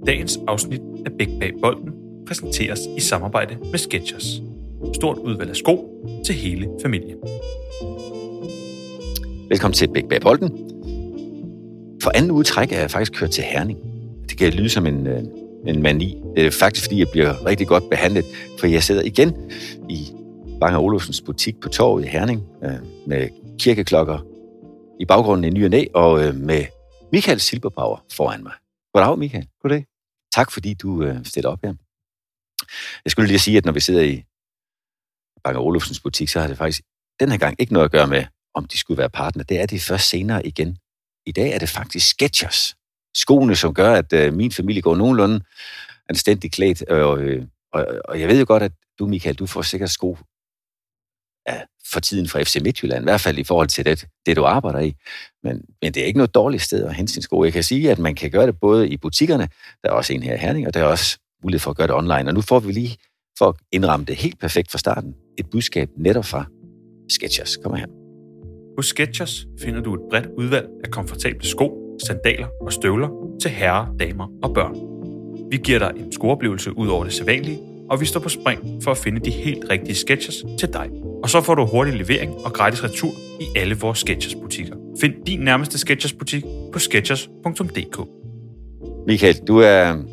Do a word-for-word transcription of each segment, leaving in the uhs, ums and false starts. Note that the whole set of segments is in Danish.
Dagens afsnit af Bæk bag bolden præsenteres i samarbejde med Skechers. Stort udvalg af sko til hele familien. Velkommen til Bæk bag bolden. For anden uge træk er jeg faktisk kørt til Herning. Det kan lyde som en, en mani. Det er faktisk, fordi jeg bliver rigtig godt behandlet, for jeg sidder igen i Bang og Olufsens butik på torvet i Herning med kirkeklokker i baggrunden i ny og næ, og med Michael Silberbauer foran mig. Goddag, Michael. Goddag. Tak, fordi du øh, stiller op her. Jeg skulle lige sige, at når vi sidder i Bang og Olufsens butik, så har det faktisk den her gang ikke noget at gøre med, om de skulle være partner. Det er det først senere igen. I dag er det faktisk Skechers. Skoene, som gør, at øh, min familie går nogenlunde anstændigt klædt. Og, øh, og, og jeg ved jo godt, at du, Michael, du får sikkert sko ja, for tiden fra F C Midtjylland, i hvert fald i forhold til det, det du arbejder i. Men, men det er ikke noget dårligt sted at hente sine sko. Jeg kan sige, at man kan gøre det både i butikkerne, der er også en her i Herning, og der er også mulighed for at gøre det online. Og nu får vi lige, for at indramme det helt perfekt fra starten, et budskab netop fra Skechers. Kom her. Hos Skechers finder du et bredt udvalg af komfortable sko, sandaler og støvler til herrer, damer og børn. Vi giver dig en skooplevelse ud over det sædvanlige, og vi står på spring for at finde de helt rigtige Skechers til dig. Og så får du hurtig levering og gratis retur i alle vores Skechers-butikker. Find din nærmeste Skechers-butik på skechers punktum d k. Michael, du er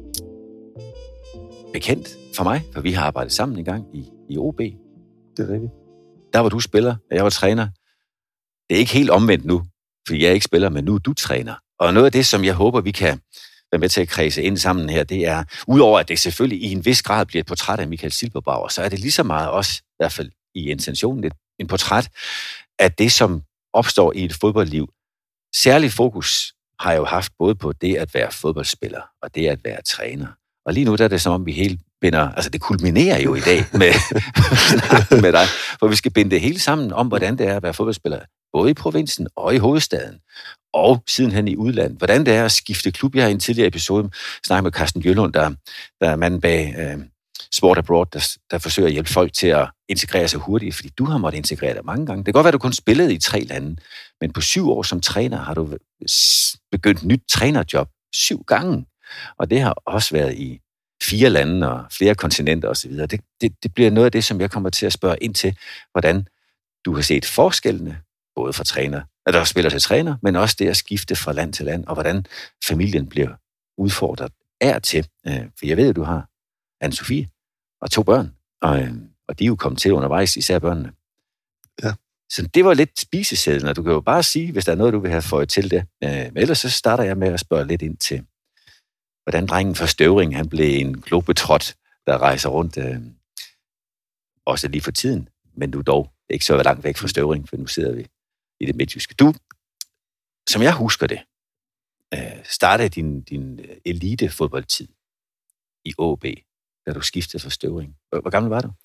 bekendt for mig, for vi har arbejdet sammen en gang i, i O B. Det er rigtigt. Der var du spiller, og jeg var træner. Det er ikke helt omvendt nu, fordi jeg er ikke spiller, men nu er du træner. Og noget af det, som jeg håber, vi kan være med til at kredse ind sammen her, det er, udover at det selvfølgelig i en vis grad bliver et portræt af Michael Silberbauer, så er det lige så meget også, i hvert fald i intentionen, et, en portræt af det, som opstår i et fodboldliv. Særlig fokus har jeg jo haft både på det at være fodboldspiller, og det at være træner. Og lige nu der er det som om, vi helt binder, altså det kulminerer jo i dag med, med dig, for vi skal binde det hele sammen om, hvordan det er at være fodboldspiller, både i provinsen og i hovedstaden, og sidenhen i udlandet. Hvordan det er at skifte klub. Jeg har i en tidligere episode snakket med Carsten Jøllund, der, der er manden bag øh, Sport Abroad, der, der forsøger at hjælpe folk til at integrere sig hurtigt, fordi du har måttet integrere dig mange gange. Det kan godt være, at du kun spillede i tre lande, men på syv år som træner har du begyndt nyt trænerjob syv gange, og det har også været i fire lande og flere kontinenter osv. Det, det, det bliver noget af det, som jeg kommer til at spørge ind til, hvordan du har set forskellene, både fra træner, eller spiller til træner, men også det at skifte fra land til land, og hvordan familien bliver udfordret af til. For jeg ved, at du har Anne-Sophie og to børn, og, og de er jo kommet til undervejs, især børnene. Ja. Så det var lidt spisesædlen, og du kan jo bare sige, hvis der er noget, du vil have fået til det. Men ellers så starter jeg med at spørge lidt ind til, hvordan drengen fra Støvring, han blev en globetrot, der rejser rundt, øh, også lige for tiden, men du dog ikke så langt væk fra Støvring, for nu sidder vi i det midtjyske. Du, som jeg husker det, øh, startede din, din elite-fodboldtid i O B, da du skiftede fra Støvring. Hvor, hvor gammel var du?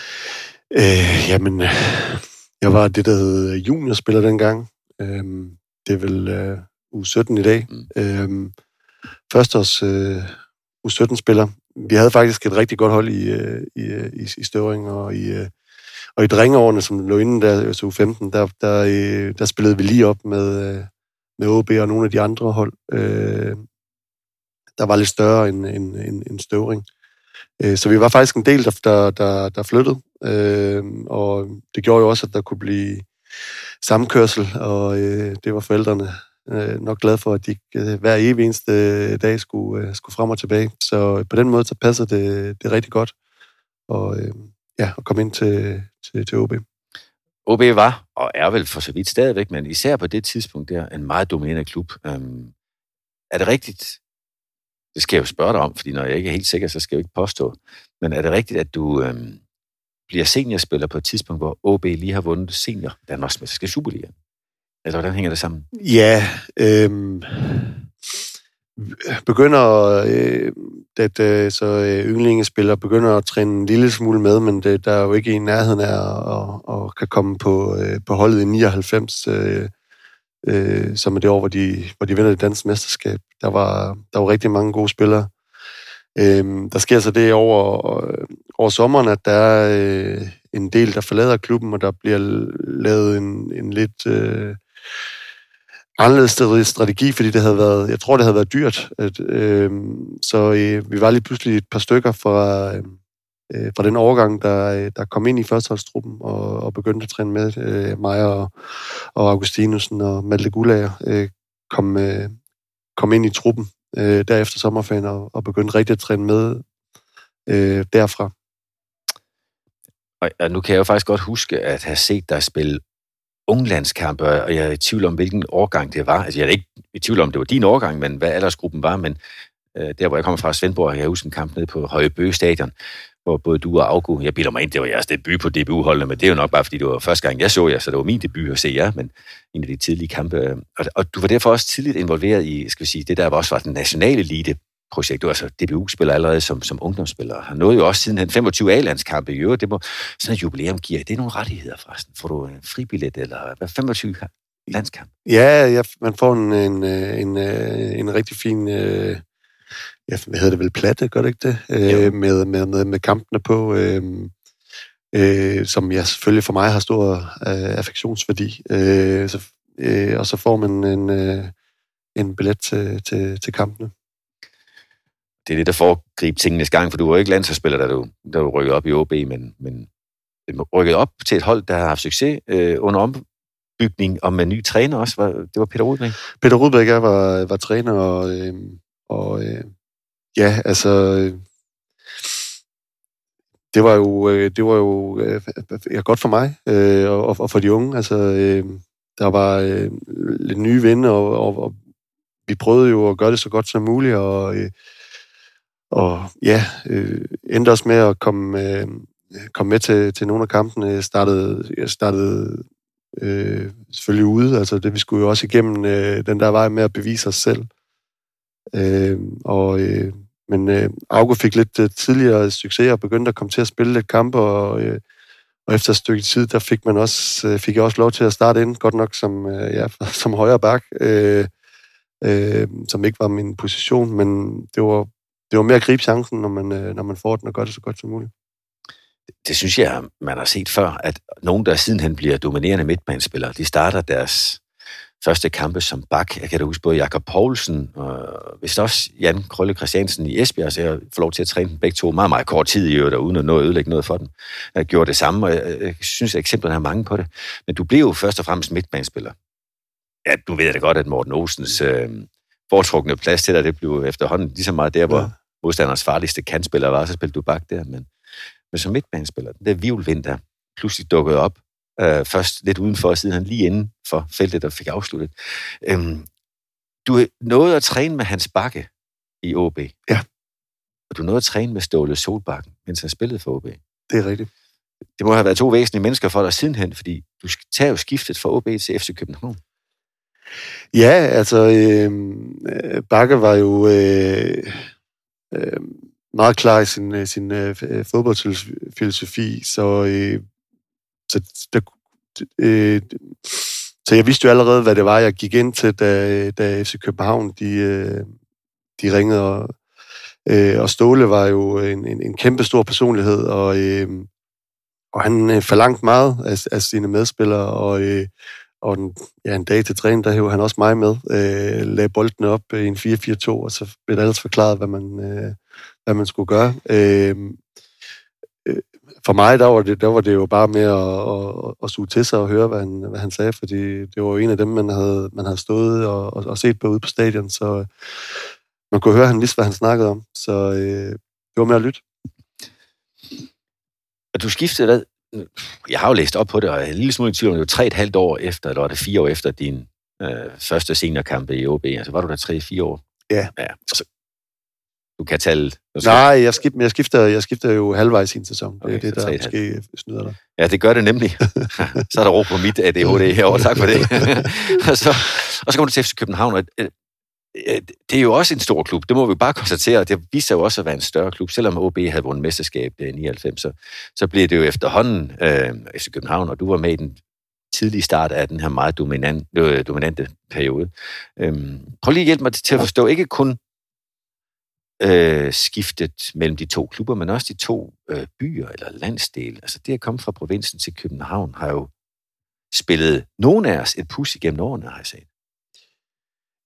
Øh, jamen, jeg var det, der hed juniorspiller dengang. Øh, det er vel øh, U sytten i dag. Mm. Øh, Førsteårs øh, U sytten-spiller. Vi havde faktisk et rigtig godt hold i, i, i, i Støvring, og i, og i drengeårene, som lå inden der, altså U femten, der, der, der spillede vi lige op med, med O B og nogle af de andre hold, øh, der var lidt større end, end, end, end Støvring. Øh, så vi var faktisk en del, der, der, der flyttede, øh, og det gjorde jo også, at der kunne blive sammenkørsel, og øh, det var forældrene nok glad for, at de hver evig eneste dag skulle, skulle frem og tilbage. Så på den måde, så passer det, det rigtig godt og, ja, at komme ind til, til, til O B. O B var, og er vel for så vidt stadigvæk, men især på det tidspunkt der, en meget dominerende klub. Um, er det rigtigt? Det skal jeg jo spørge dig om, fordi når jeg ikke er helt sikker, så skal jeg jo ikke påstå. Men er det rigtigt, at du um, bliver seniorspiller på et tidspunkt, hvor O B lige har vundet senior Danmarksmesterskab Superliga? Eller hvordan hænger det sammen? Ja, øh, begynder øh, at øh, så øh, yndlingespillere begynder at træne en lille smule med, men det, der er jo ikke i nærheden af at, at, at kan komme på, øh, på holdet i nioghalvfems, øh, øh, som er det år, hvor de, hvor de vinder det danske mesterskab. Der var, der var rigtig mange gode spillere. Øh, der sker så det over, over sommeren, at der er øh, en del, der forlader klubben, og der bliver lavet en, en lidt... Øh, anderledes strategi, fordi det havde været, jeg tror, det havde været dyrt. At, øh, så øh, vi var lige pludselig et par stykker fra, øh, fra den overgang, der, der kom ind i førsteholdstruppen og, og begyndte at træne med. Øh, mig og, og Augustinusen og Malte Gulager øh, kom, øh, kom ind i truppen øh, derefter sommerferien og, og begyndte rigtig at træne med øh, derfra. Og nu kan jeg jo faktisk godt huske at have set dig spille unglandskampe, og jeg er i tvivl om, hvilken årgang det var. Altså, jeg er ikke i tvivl om, det var din årgang, men hvad aldersgruppen var, men øh, der, hvor jeg kommer fra, Svendborg, jeg husker en kamp nede på Høje Bøge Stadion, hvor både du og Augo, jeg bilder mig ind, det var jeres debut på D B U-holdene, men det er jo nok bare, fordi det var første gang, jeg så jer, så det var min debut at se jer, men en af de tidlige kampe. Og, og du var derfor også tidligt involveret i, skal vi sige, det der også var den nationale elite projekt. Du var altså D B U-spiller allerede som, som ungdomsspiller. Han nåede jo også siden han femogtyve A-landskampe i øvrigt. Det må sådan et jubilæum giver. Det er nogle rettigheder forresten. Får du en fribillet eller hvad, femogtyve landskamp? Ja, ja, man får en, en, en, en rigtig fin, ja, hvad hedder det vel, platte, gør det ikke det? Øh, med, med, med, med kampene på, øh, øh, som jeg selvfølgelig for mig har stor øh, affektionsværdi. Øh, så, øh, og så får man en, øh, en billet til, til, til kampene. Det er det, der foregriber tingenes gang, for du var ikke landsholdsspiller, da du, da du rykkede op i O B, men, men rykkede op til et hold, der har haft succes øh, under ombygning, og med ny træner også. Var, det var Peter Rudbæk. Peter Rudbæk, jeg var, var træner, og, øh, og øh, ja, altså, øh, det var jo, øh, det var jo øh, ja, godt for mig, øh, og, og for de unge. Altså, øh, der var øh, lidt nye vinde, og, og, og vi prøvede jo at gøre det så godt som muligt, og øh, Og ja, øh, endte også med at komme, øh, komme med til, til nogle af kampene. Jeg startede, jeg startede øh, selvfølgelig ude, altså det vi skulle jo også igennem øh, den der vej med at bevise os selv. Øh, og, øh, men øh, Augo fik lidt øh, tidligere succes og begyndte at komme til at spille lidt kampe, og, øh, og efter et stykke tid, der fik, man også, øh, fik jeg også lov til at starte ind, godt nok som, øh, ja, som højre bak, øh, øh, som ikke var min position, men det var Det var mere at gribe chancen, når man, når man får den og gør det så godt som muligt. Det synes jeg, man har set før, at nogen, der sidenhen bliver dominerende midtbanespillere, de starter deres første kampe som bak. Jeg kan da huske både Jakob Poulsen og vist også Jan Krølle Christiansen i Esbjerg, så jeg får lov til at træne dem begge to meget, meget kort tid i øvrigt, og uden at nå at ødelægge noget for dem. Jeg gjorde det samme, og jeg synes, at eksemplerne er mange på det. Men du blev jo først og fremmest midtbanespiller. Ja, du ved da godt, at Morten Olsens øh, foretrukne plads til dig, det blev efterhånden lige så meget der, hvor ja. modstanders farligste kantspiller var, så spillede du bak der, men, men som midtbanespiller, den der virvelvind, der pludselig dukkede op, øh, først lidt udenfor, siden han lige inden for feltet, der fik afsluttet. Øhm, du nåede at træne med Hans Bakke i O B. Ja. Og du nåede at træne med Ståle Solbakken, mens han spillede for O B. Det er rigtigt. Det må have været to væsentlige mennesker for dig sidenhen, fordi du tager jo skiftet fra O B til F C København. Ja, altså, øh, Bakke var jo øh, øh, meget klar i sin, sin øh, fodboldfilosofi, så, øh, så, der, øh, så jeg vidste jo allerede, hvad det var, jeg gik ind til, da, da F C København, de, øh, de ringede, og, øh, og Ståle var jo en, en, en kæmpe stor personlighed, og, øh, og han øh, forlangte meget af, af sine medspillere, og øh, Og den, ja, en dag til træning, der hævde han også mig med, øh, lagde bolden op i en fire fire to, og så blev det ellers forklaret, hvad man, øh, hvad man skulle gøre. Øh, øh, for mig, der var, det, der var det jo bare med at, at, at suge til sig og høre, hvad han, hvad han sagde, fordi det var jo en af dem, man havde, man havde stået og, og, og set på ude på stadion, så man kunne høre, at han vidste, hvad han snakkede om. Så øh, det var med at lytte. Og du skiftede hvad? Jeg har jo læst op på det, og jeg er en lille smule i tvivl om, det var tre og et halvt år efter, eller var det fire år efter din øh, første seniorkamp i O B? Altså var du der tre-fire år? Ja. Ja. Så, du kan tale... Nej, jeg skifter, jeg skifter, jeg skifter jo halvvejs i en sæson. Det er okay, det, der måske snyder dig. Ja, det gør det nemlig. Så er der ro på mit A D H D herovre, tak for det. og, så, og så kommer du til F C København, og det er jo også en stor klub, det må vi bare konstatere, det viser jo også at være en større klub, selvom O B havde vundet mesterskab i nioghalvfems, så, så blev det jo efterhånden øh, F C København, og du var med i den tidlige start af den her meget dominant, øh, dominante periode. Øhm, prøv lige at hjælpe mig til at forstå, ikke kun øh, skiftet mellem de to klubber, men også de to øh, byer eller landsdele. Altså det at komme fra provinsen til København har jo spillet nogen af os et pus igennem årene, har jeg sagt.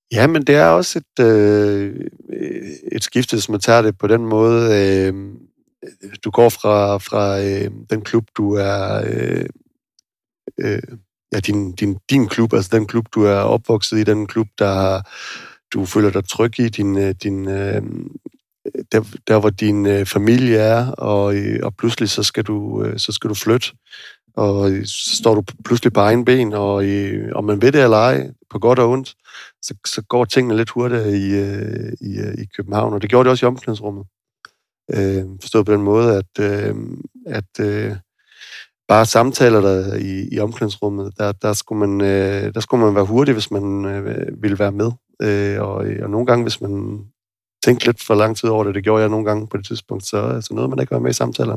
Ja, men det er også et, øh, et skifte, som man tager det på den måde. Øh, du går fra, fra øh, den klub, du er... Øh, øh, ja, din, din, din klub, altså den klub, du er opvokset i, den klub, der du føler dig tryg i, din, din, øh, der, der hvor din øh, familie er, og, og pludselig så skal du, øh, så skal du flytte, og så står du pludselig på egen ben, og øh, om man ved det eller ej, på godt og ondt, så, så går tingene lidt hurtigere i, øh, i, i København, og det gjorde det også i omklædningsrummet. Øh, forstået på den måde, at, øh, at øh, bare samtaler der i, i omklædningsrummet, der, der, skulle man, øh, der skulle man være hurtig, hvis man øh, ville være med. Øh, og, og nogle gange, hvis man tænkte lidt for lang tid over det, det gjorde jeg nogle gange på det tidspunkt, så, så nåede man ikke være med i samtalerne.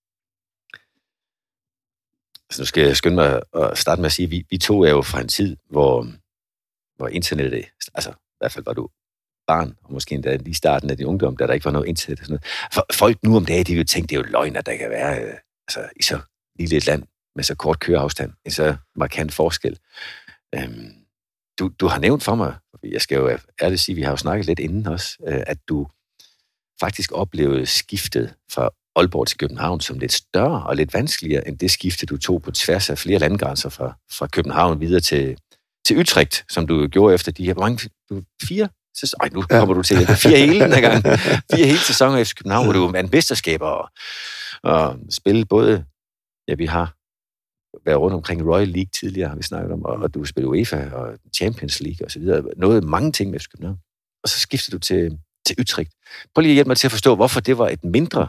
Så nu skal jeg skynde mig at starte med at sige, at vi, vi to er jo fra en tid, hvor, hvor internettet, altså i hvert fald var du barn, og måske endda lige starten af din ungdom, da der ikke var noget internet og sådan noget. For folk nu om dagen, de vil tænke, det er jo løgn, at der kan være øh, altså, i så lille et land med så kort køreafstand, en så markant forskel. Øhm, du, du har nævnt for mig, jeg skal jo ærligt sige, vi har jo snakket lidt inden også, øh, at du faktisk oplevede skiftet fra Aalborg til København som lidt større og lidt vanskeligere end det skifte, du tog på tværs af flere landegrænser fra, fra København videre til, til Utrecht, som du gjorde efter de her mange, du, fire sæsoner. Ej, nu kommer ja. du til fire hele den her gang. Fire hele sæsoner efter København, hvor du vandt mesterskaber og, og spillede både, ja, vi har været rundt omkring Royal League tidligere, har vi snakket om, og, og du spillede UEFA og Champions League og så videre. Noget mange ting med København. Og så skiftede du til, til Utrecht. Prøv lige at hjælpe mig til at forstå, hvorfor det var et mindre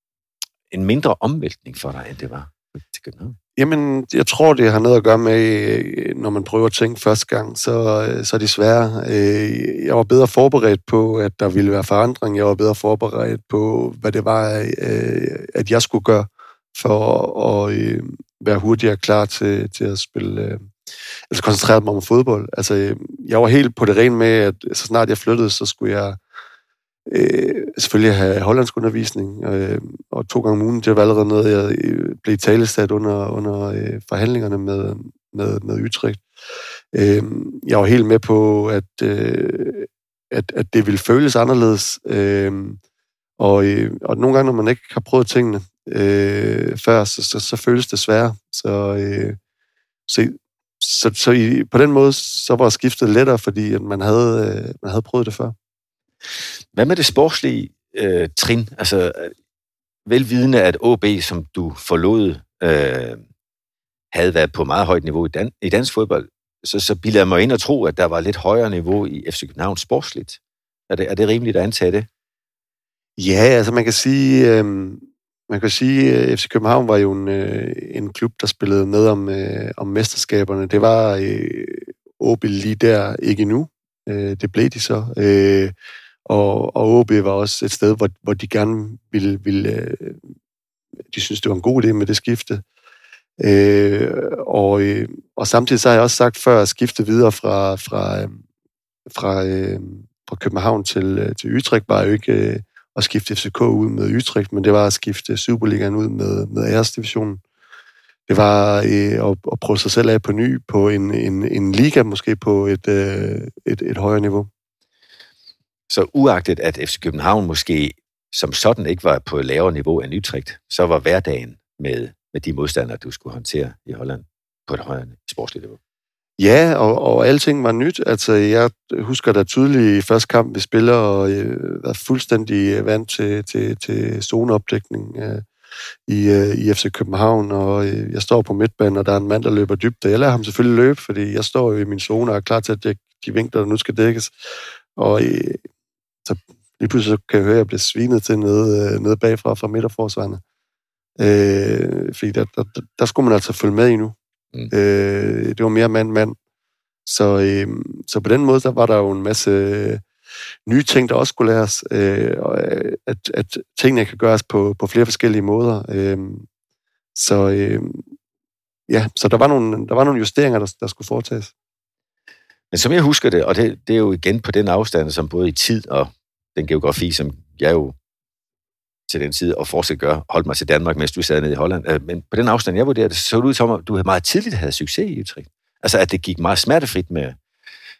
en mindre omvæltning for dig, end det var til København? Jamen, jeg tror, det har noget at gøre med, når man prøver at tænke første gang, så, så er det svært. Jeg var bedre forberedt på, at der ville være forandring. Jeg var bedre forberedt på, hvad det var, at jeg skulle gøre for at være hurtigere klar til, til at spille, altså koncentrere mig om fodbold. Altså, jeg var helt på det rene med, at så snart jeg flyttede, så skulle jeg Øh, selvfølgelig have hollandsk undervisning, øh, og to gange om ugen, det var allerede noget, jeg blev talesat under, under øh, forhandlingerne med, med, med Utrecht. Øh, jeg var helt med på, at, øh, at, at det ville føles anderledes, øh, og, øh, og nogle gange, når man ikke har prøvet tingene øh, før, så, så, så føles det sværere. Så, øh, så, så, så i, på den måde, så var skiftet lettere, fordi at man, havde, øh, man havde prøvet det før. Hvad med det sportslige øh, trin? Altså, velvidende at O B, som du forlod, øh, havde været på meget højt niveau i, dan- i dansk fodbold, så, så bilder jeg mig ind og tro, at der var lidt højere niveau i F C København sportsligt. Er det, er det rimeligt at antage det? Ja, altså man kan sige, øh, man kan sige, at F C København var jo en, øh, en klub, der spillede med om, øh, om mesterskaberne. Det var øh, O B lige der ikke endnu. Øh, det blev de så. Øh, Og, og O B var også et sted, hvor, hvor de gerne ville, ville... De synes det var en god idé med det skifte. Øh, og, og samtidig så har jeg også sagt før, at skifte videre fra, fra, fra, fra København til, til Utrecht var jo ikke at skifte F C K ud med Utrecht, men det var at skifte Superligaen ud med, med æresdivisionen. Det var øh, at, at prøve sig selv af på ny på en, en, en liga, måske på et, øh, et, et højere niveau. Så uagtet at F C København måske som sådan ikke var på et lavere niveau end Utrecht, så var hverdagen med, med de modstandere, du skulle håndtere i Holland, på et højere sportsligt niveau. Ja, og, og alting var nyt. Altså, jeg husker da tydeligt i første kamp, vi spiller, og jeg var fuldstændig vant til, til, til zoneopdækning øh, i, øh, i F C København, og øh, jeg står på midtbanen, og der er en mand, der løber dybt. Jeg lader ham selvfølgelig løbe, fordi jeg står jo i min zone og er klar til at dække de vinkler, der nu skal dækkes. Og øh, så lige pludselig kan jeg høre, at jeg bliver svinet til nede, nede bagfra fra midterforsvarerne. Øh, fordi der, der, der skulle man altså følge med endnu. Mm. Øh, det var mere mand-mand. Så, øh, så på den måde, der var der jo en masse øh, nye ting, der også skulle læres. Øh, og at, at tingene kan gøres på, på flere forskellige måder. Øh, så øh, ja, så der var nogle, der var nogle justeringer, der, der skulle foretages. Men som jeg husker det, og det, det er jo igen på den afstand, som både i tid og den geografi, som jeg jo til den tid og fortsat gør, holdt mig til Danmark, mens du sad nede i Holland. Men på den afstand, jeg vurderede, så så det ud som, at du meget tidligt havde succes i Utrecht. Altså, at det gik meget smertefrit med,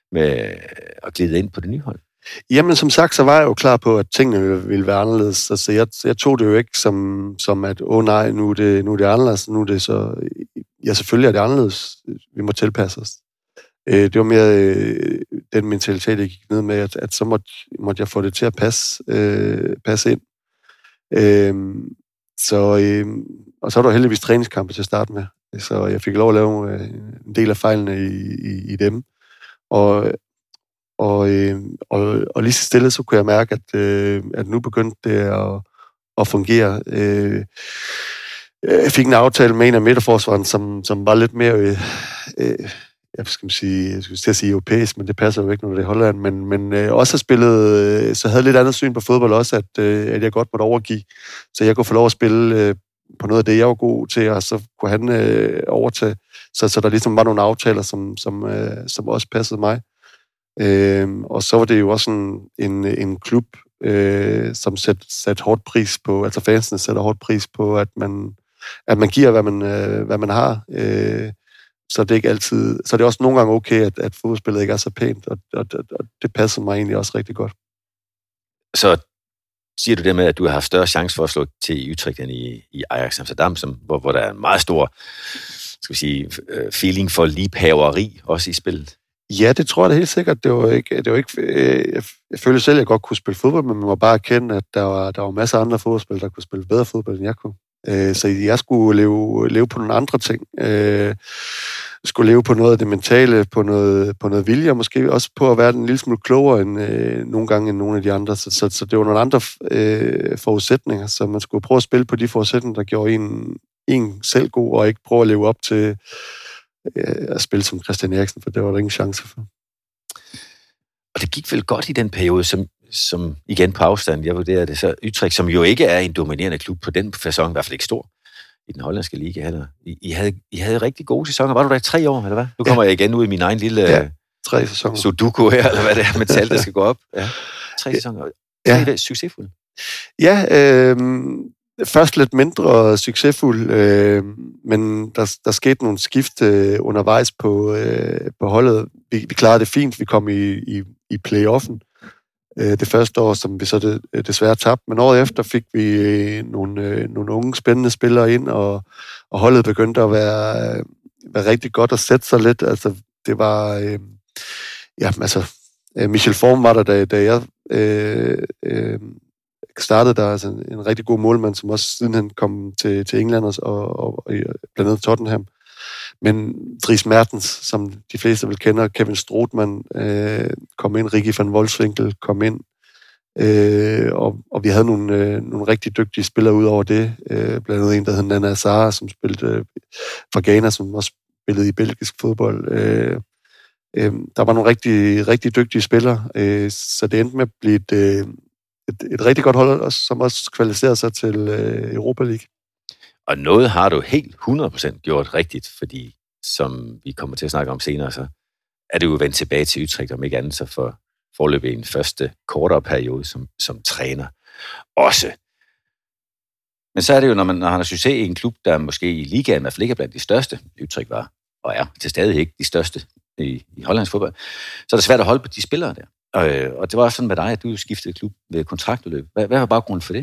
med at glide ind på det nye hold? Jamen, som sagt, så var jeg jo klar på, at tingene ville være anderledes. Altså, jeg, jeg tog det jo ikke som, som at, åh oh, nej, nu er, det, nu er det anderledes, nu er det så... Ja, selvfølgelig er det anderledes. Vi må tilpasse os. Det var mere øh, den mentalitet, jeg gik ned med, at, at så måtte, måtte jeg få det til at passe, øh, passe ind. Øh, så, øh, og så var der heldigvis træningskampe til at starte med. Så jeg fik lov at lave øh, en del af fejlene i, i, i dem. Og, og, øh, og, og lige så stille, så kunne jeg mærke, at, øh, at nu begyndte det at, at fungere. Øh, jeg fik en aftale med en af midterforsvaren, som, som var lidt mere... Øh, øh, jeg skal man sige, jeg skulle til at sige europæisk, men det passer jo ikke, når det er Holland, men, men øh, også har spillet, øh, så havde lidt andet syn på fodbold også, at, øh, at jeg godt måtte overgive, så jeg kunne få lov at spille øh, på noget af det, jeg var god til, og så kunne han øh, overtage, så, så der ligesom var nogle aftaler, som, som, øh, som også passede mig. Øh, og så var det jo også en, en, en klub, øh, som satte sat hårdt pris på, altså fansene sætter hårdt pris på, at man, at man giver, hvad man, øh, hvad man har, øh, så det er ikke altid, så det er også nogle gange okay, at, at fodboldspillet ikke er så pænt, og, og, og det passer mig egentlig også rigtig godt. Så siger du det med, at du har haft større chance for at slå til i Utrecht end i, i Ajax Amsterdam, som, hvor, hvor der er en meget stor, skal vi sige, feeling for liebhaveri også i spillet? Ja, det tror jeg da helt sikkert. Det var ikke, det var ikke, jeg, jeg følte selv, at jeg godt kunne spille fodbold, men man må bare erkende, at der var, der var masser af andre fodboldspillere, der kunne spille bedre fodbold, end jeg kunne. Så jeg skulle leve, leve på nogle andre ting. Jeg skulle leve på noget af det mentale, på noget, på noget vilje, og måske også på at være en lille smule klogere end øh, nogle gange end nogle af de andre. Så, så, så det var nogle andre øh, forudsætninger, så man skulle prøve at spille på de forudsætninger, der gjorde en, en selv god, og ikke prøve at leve op til øh, at spille som Christian Eriksen, for det var der ingen chance for. Og det gik vel godt i den periode, som, som igen på afstand, jeg vurderer det, så Utrecht, som jo ikke er en dominerende klub på den facon, i hvert fald ikke stor, i den hollandske liga heller. I, I, havde, I havde rigtig gode sæsoner. Var du der i tre år, eller hvad? Nu kommer ja. jeg igen ud i min egen lille ja, tre sæsoner. Sudoku her, eller hvad det er med tal, der skal gå op. Ja. Tre sæsoner. Ja. Tre succesfulde. Ja, øh, først lidt mindre succesfuld, øh, men der, der skete nogle skift øh, undervejs på, øh, på holdet. Vi, vi klarede det fint. Vi kom i, i, i play-offen det første år, som vi så desværre tabte. Men året efter fik vi nogle, nogle unge, spændende spillere ind, og, og holdet begyndte at være, være rigtig godt at sætte sig lidt. Altså, det var... Øh, ja, altså... Michel Form var der, da, da jeg øh, øh, startede der. Altså en, en rigtig god målmand, som også sidenhen kom til, til England og, og, og blandt andet Tottenham. Men Dries Mertens, som de fleste vil kende, Kevin Strootman øh, kom ind, Ricky van Wolfswinkel kom ind, øh, og, og vi havde nogle, øh, nogle rigtig dygtige spillere ud over det. Øh, blandt andet en, der hed Nana Azar, som spillede øh, for Ghana, som også spillede i belgisk fodbold. Øh, øh, der var nogle rigtig, rigtig dygtige spillere, øh, så det endte med at blive et, øh, et, et rigtig godt hold, som også kvalificerede sig til øh, Europa League. Og noget har du helt hundrede procent gjort rigtigt, fordi som vi kommer til at snakke om senere, så er det jo vendt tilbage til Utrecht, om ikke andet, så for forløbet en første kortere periode som, som træner også. Men så er det jo, når man, når han har succes i en klub, der måske i ligaen i hvert fald ikke er blandt de største, Utrecht var, og er til stadig ikke de største i, i hollandsk fodbold, så er det svært at holde på de spillere der. Og, og det var også sådan med dig, at du skiftede klub ved kontraktudløb. Hvad, hvad var baggrunden for det?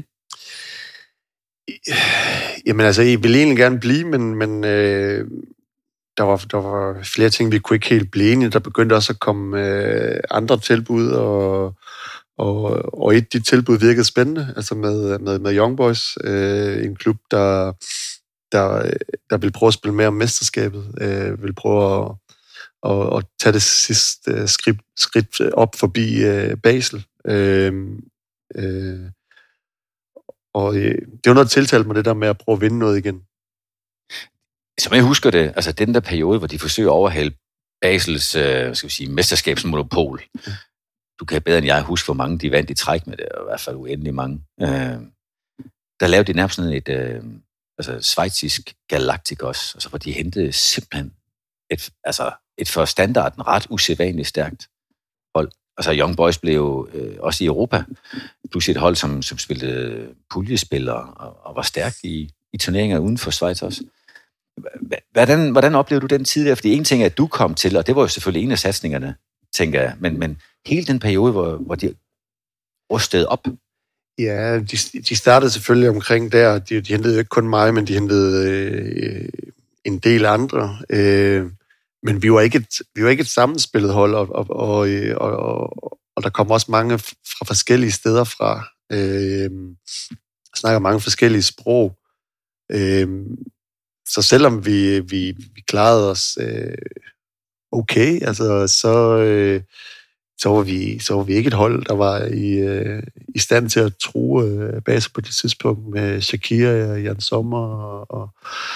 Jamen altså, jeg ville egentlig gerne blive, men, men øh, der, var, der var flere ting, vi kunne ikke helt blive enige. Der begyndte også at komme øh, andre tilbud, og, og, og et af de tilbud virkede spændende, altså med, med, med Young Boys, øh, en klub, der, der, der ville prøve at spille mere om mesterskabet, øh, ville prøve at, at, at tage det sidste skridt, skridt op forbi øh, Basel. Øh, øh, Og øh, det var noget tiltalt med det der med at prøve at vinde noget igen. Som jeg husker det, altså den der periode, hvor de forsøger at overhale Basels, øh, skal vi sige, mesterskabsmonopol. Du kan bedre end jeg huske, hvor mange de vandt i træk med det, og i hvert fald uendelig mange. Øh, der lavede de nærmest sådan et øh, altså, schweizisk Galacticos, altså, hvor de hentede simpelthen et, altså, et for standarden ret usædvanligt stærkt hold. Altså Young Boys blev jo øh, også i Europa pludselig et hold, som, som spillede puljespillere og, og var stærkt i, i turneringer uden for Schweiz også. Hvordan, hvordan oplevede du den tid der? Fordi en ting er, at du kom til, og det var jo selvfølgelig en af satsningerne tænker jeg. Men, men hele den periode, hvor, hvor de rustede op. Ja, de, de startede selvfølgelig omkring der. De, de hentede jo ikke kun mig, men de hentede øh, en del andre. Øh, men vi var ikke et, vi var ikke et sammenspillet hold, og, og, og, og, og der kom også mange fra forskellige steder fra. Øh, snakker mange forskellige sprog. Øh, så selvom vi, vi, vi klarede os øh, okay, altså så... Øh, Så var, vi, så var vi ikke et hold, der var i, øh, i stand til at true øh, baser på det tidspunkt med Shakira, Jan Sommer og, og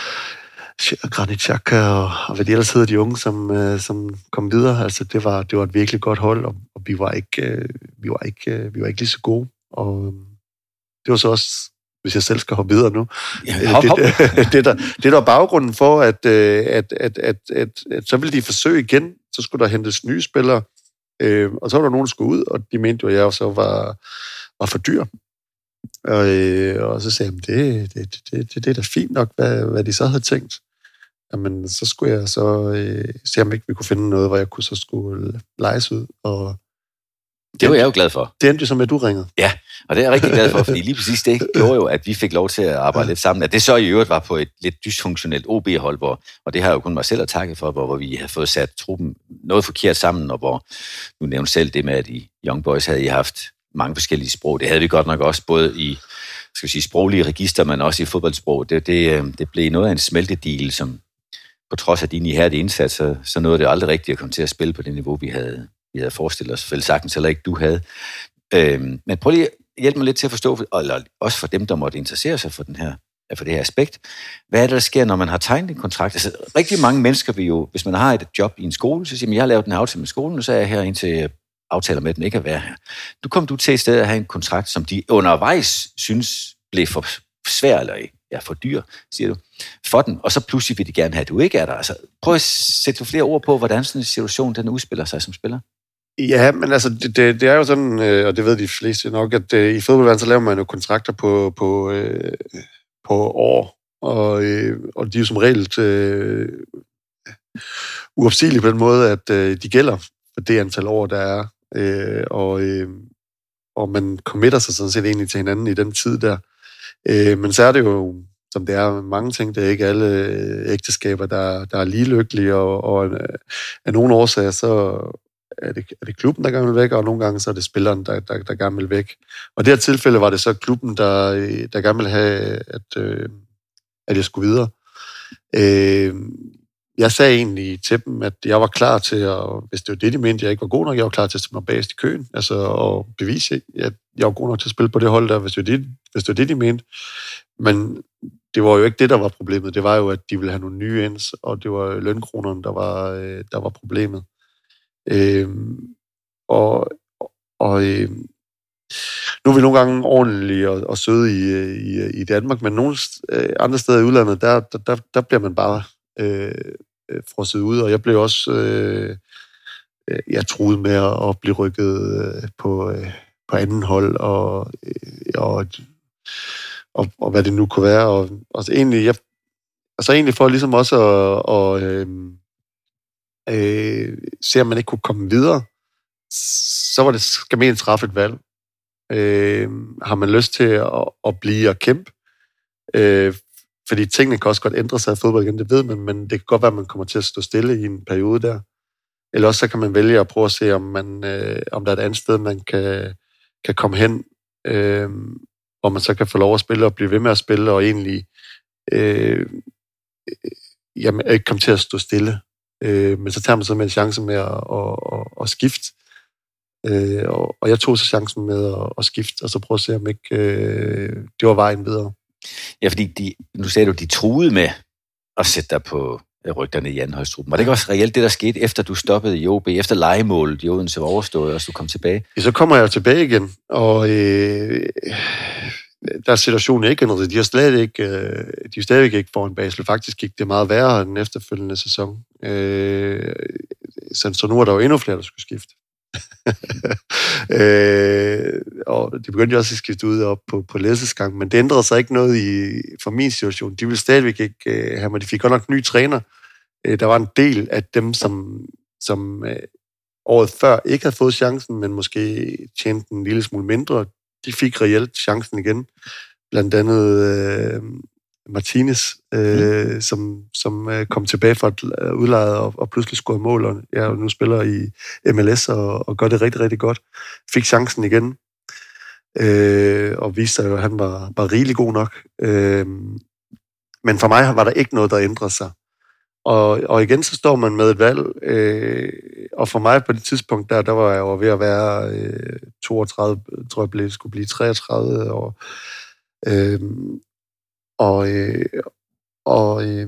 Granit Xhaka og, og hvad de ellers hedder, de unge, som, øh, som kom videre. Altså, det var, det var et virkelig godt hold, og, og vi, var ikke, øh, vi, var ikke, øh, vi var ikke lige så gode. Og øh, det var så også, hvis jeg selv skal hoppe videre nu, Ja, hop, hop. det, det, det, der, det der var baggrunden for, at, at, at, at, at, at, at så ville de forsøge igen, så skulle der hentes nye spillere. Øh, og så var der nogen, der skulle ud, og de mente jo, at jeg så var, var for dyr. Og, øh, og så sagde jeg, det, det, det, det, det er da fint nok, hvad, hvad de så havde tænkt. Jamen, så skulle jeg så øh, se, om ikke vi kunne finde noget, hvor jeg kunne så skulle lejes ud. Og det var jeg jo glad for. Det endte jo så med, at du ringede. Ja, og det er jeg rigtig glad for, fordi lige præcis det gjorde jo, at vi fik lov til at arbejde ja. lidt sammen. At det så i øvrigt var på et lidt dysfunktionelt O B-hold, hvor, og det har jeg jo kun mig selv at takke for, hvor, hvor vi havde fået sat truppen noget forkert sammen, og hvor, nu nævnte selv det med, at i Young Boys havde I haft mange forskellige sprog. Det havde vi godt nok også, både i skal vi sige, sproglige register, men også i fodboldsprog. Det, det, det blev noget af en smeltedeal, som på trods af dine ihærdige indsatser, så nåede det aldrig rigtigt at komme til at spille på det niveau, vi havde, vi havde forestillet os. Vel sagtens heller ikke, du havde. Øhm, men prøv lige at hjælpe mig lidt til at forstå, eller også for dem, der måtte interessere sig for, den her, for det her aspekt. Hvad er det, der sker, når man har tegnet en kontrakt? Altså, rigtig mange mennesker vil jo, hvis man har et job i en skole, så siger man, jeg har lavet en aftale med skolen, og så er jeg her indtil aftaler med den ikke at være her. Nu kom du til et sted at have en kontrakt, som de undervejs synes blev for svær, eller ja, for dyr, siger du, for den, og så pludselig vil de gerne have, at du ikke er der. Altså, prøv at sætte flere ord på, hvordan sådan en situation, den udspiller sig som spiller. Ja, men altså, det, det, det er jo sådan, øh, og det ved de fleste nok, at øh, i fodboldverdenen, så laver man jo kontrakter på, på, øh, på år, og, øh, og de er jo som regel øh, uopsigelige på den måde, at øh, de gælder for det antal år, der er, øh, og, øh, og man committer sig sådan set egentlig til hinanden i den tid der. Øh, men så er det jo, som det er mange ting, det er ikke alle ægteskaber, der, der er lige lykkelige, og, og af nogle årsager, så er det, er det klubben, der gerne vil væk, og nogle gange så er det spilleren, der, der, der gerne vil væk. Og i det her tilfælde var det så klubben, der, der gerne ville have, at, at jeg skulle videre. Øh, jeg sagde egentlig til dem, at jeg var klar til at, hvis det var det, de mente, jeg ikke var god nok, jeg var klar til at stille mig bagest i køen, altså og bevise, at jeg var god nok til at spille på det hold der, hvis det var det, hvis det, var det de mente. Men det var jo ikke det, der var problemet. Det var jo, at de ville have nogle nye ends, og det var lønkronerne, der var, der var problemet. Øhm, og og øhm, nu er vi nogle gange ordentlige og, og søde i, i, i Danmark, men nogle øh, andre steder i udlandet, der, der, der, der bliver man bare øh, frosset ud, og jeg blev også øh, jeg troede med at, at blive rykket øh, på, øh, på anden hold, og, øh, og, og, og hvad det nu kunne være, og, og så egentlig, jeg, altså egentlig for ligesom også at, og, øh, øh, se, om man ikke kunne komme videre, så var det skal træffe et valg. Øh, har man lyst til at, at blive og kæmpe? Øh, fordi tingene kan også godt ændre sig i fodbold igen, det ved man, men det kan godt være, at man kommer til at stå stille i en periode der. Eller også så kan man vælge at prøve at se, om, man, øh, om der er et andet sted, man kan, kan komme hen, øh, hvor man så kan få lov at spille og blive ved med at spille, og egentlig øh, jamen, ikke komme til at stå stille. Øh, men så tager man så med en chance med at, at, at, at skifte. Øh, og, og jeg tog så chancen med at, at skifte, og så prøve at se, om ikke øh, det var vejen videre. Ja, fordi de, nu sagde du, de truede med at sætte dig på rygterne i andenholdstruppen. Var det ikke også reelt det, der skete, efter du stoppede i O B, efter lejemålet i Odense var overstået, og så du kom tilbage? Ja, så kommer jeg jo tilbage igen, og øh, der er situationen ikke ændret. De har stadig ikke, øh, de er stadig ikke foran Basel. Faktisk gik det meget værre den efterfølgende sæson. Øh, så, så nu er der jo endnu flere, der skulle skifte. øh, og det begyndte jo også at skifte ud op på, på læsesgang, men det ændrede sig ikke noget i, for min situation. De ville stadigvæk ikke øh, have mig. De fik godt nok nye træner. Øh, der var en del af dem, som, som øh, året før ikke havde fået chancen, men måske tjente en lille smule mindre, de fik reelt chancen igen. Blandt andet øh, Martinez, øh, mm. som, som øh, kom tilbage fra et udlejet og, og pludselig scorede mål, og jeg ja, nu spiller i M L S og, og gør det rigtig, rigtig godt. Fik chancen igen, øh, og viste sig jo, at han var, var rigelig god nok. Øh, men for mig var der ikke noget, der ændrede sig. Og, og igen, så står man med et valg, øh, og for mig på det tidspunkt, der, der var jeg jo ved at være øh, toogtredive, tror jeg blev, skulle blive treogtredive, og, øh, og, øh, og, øh,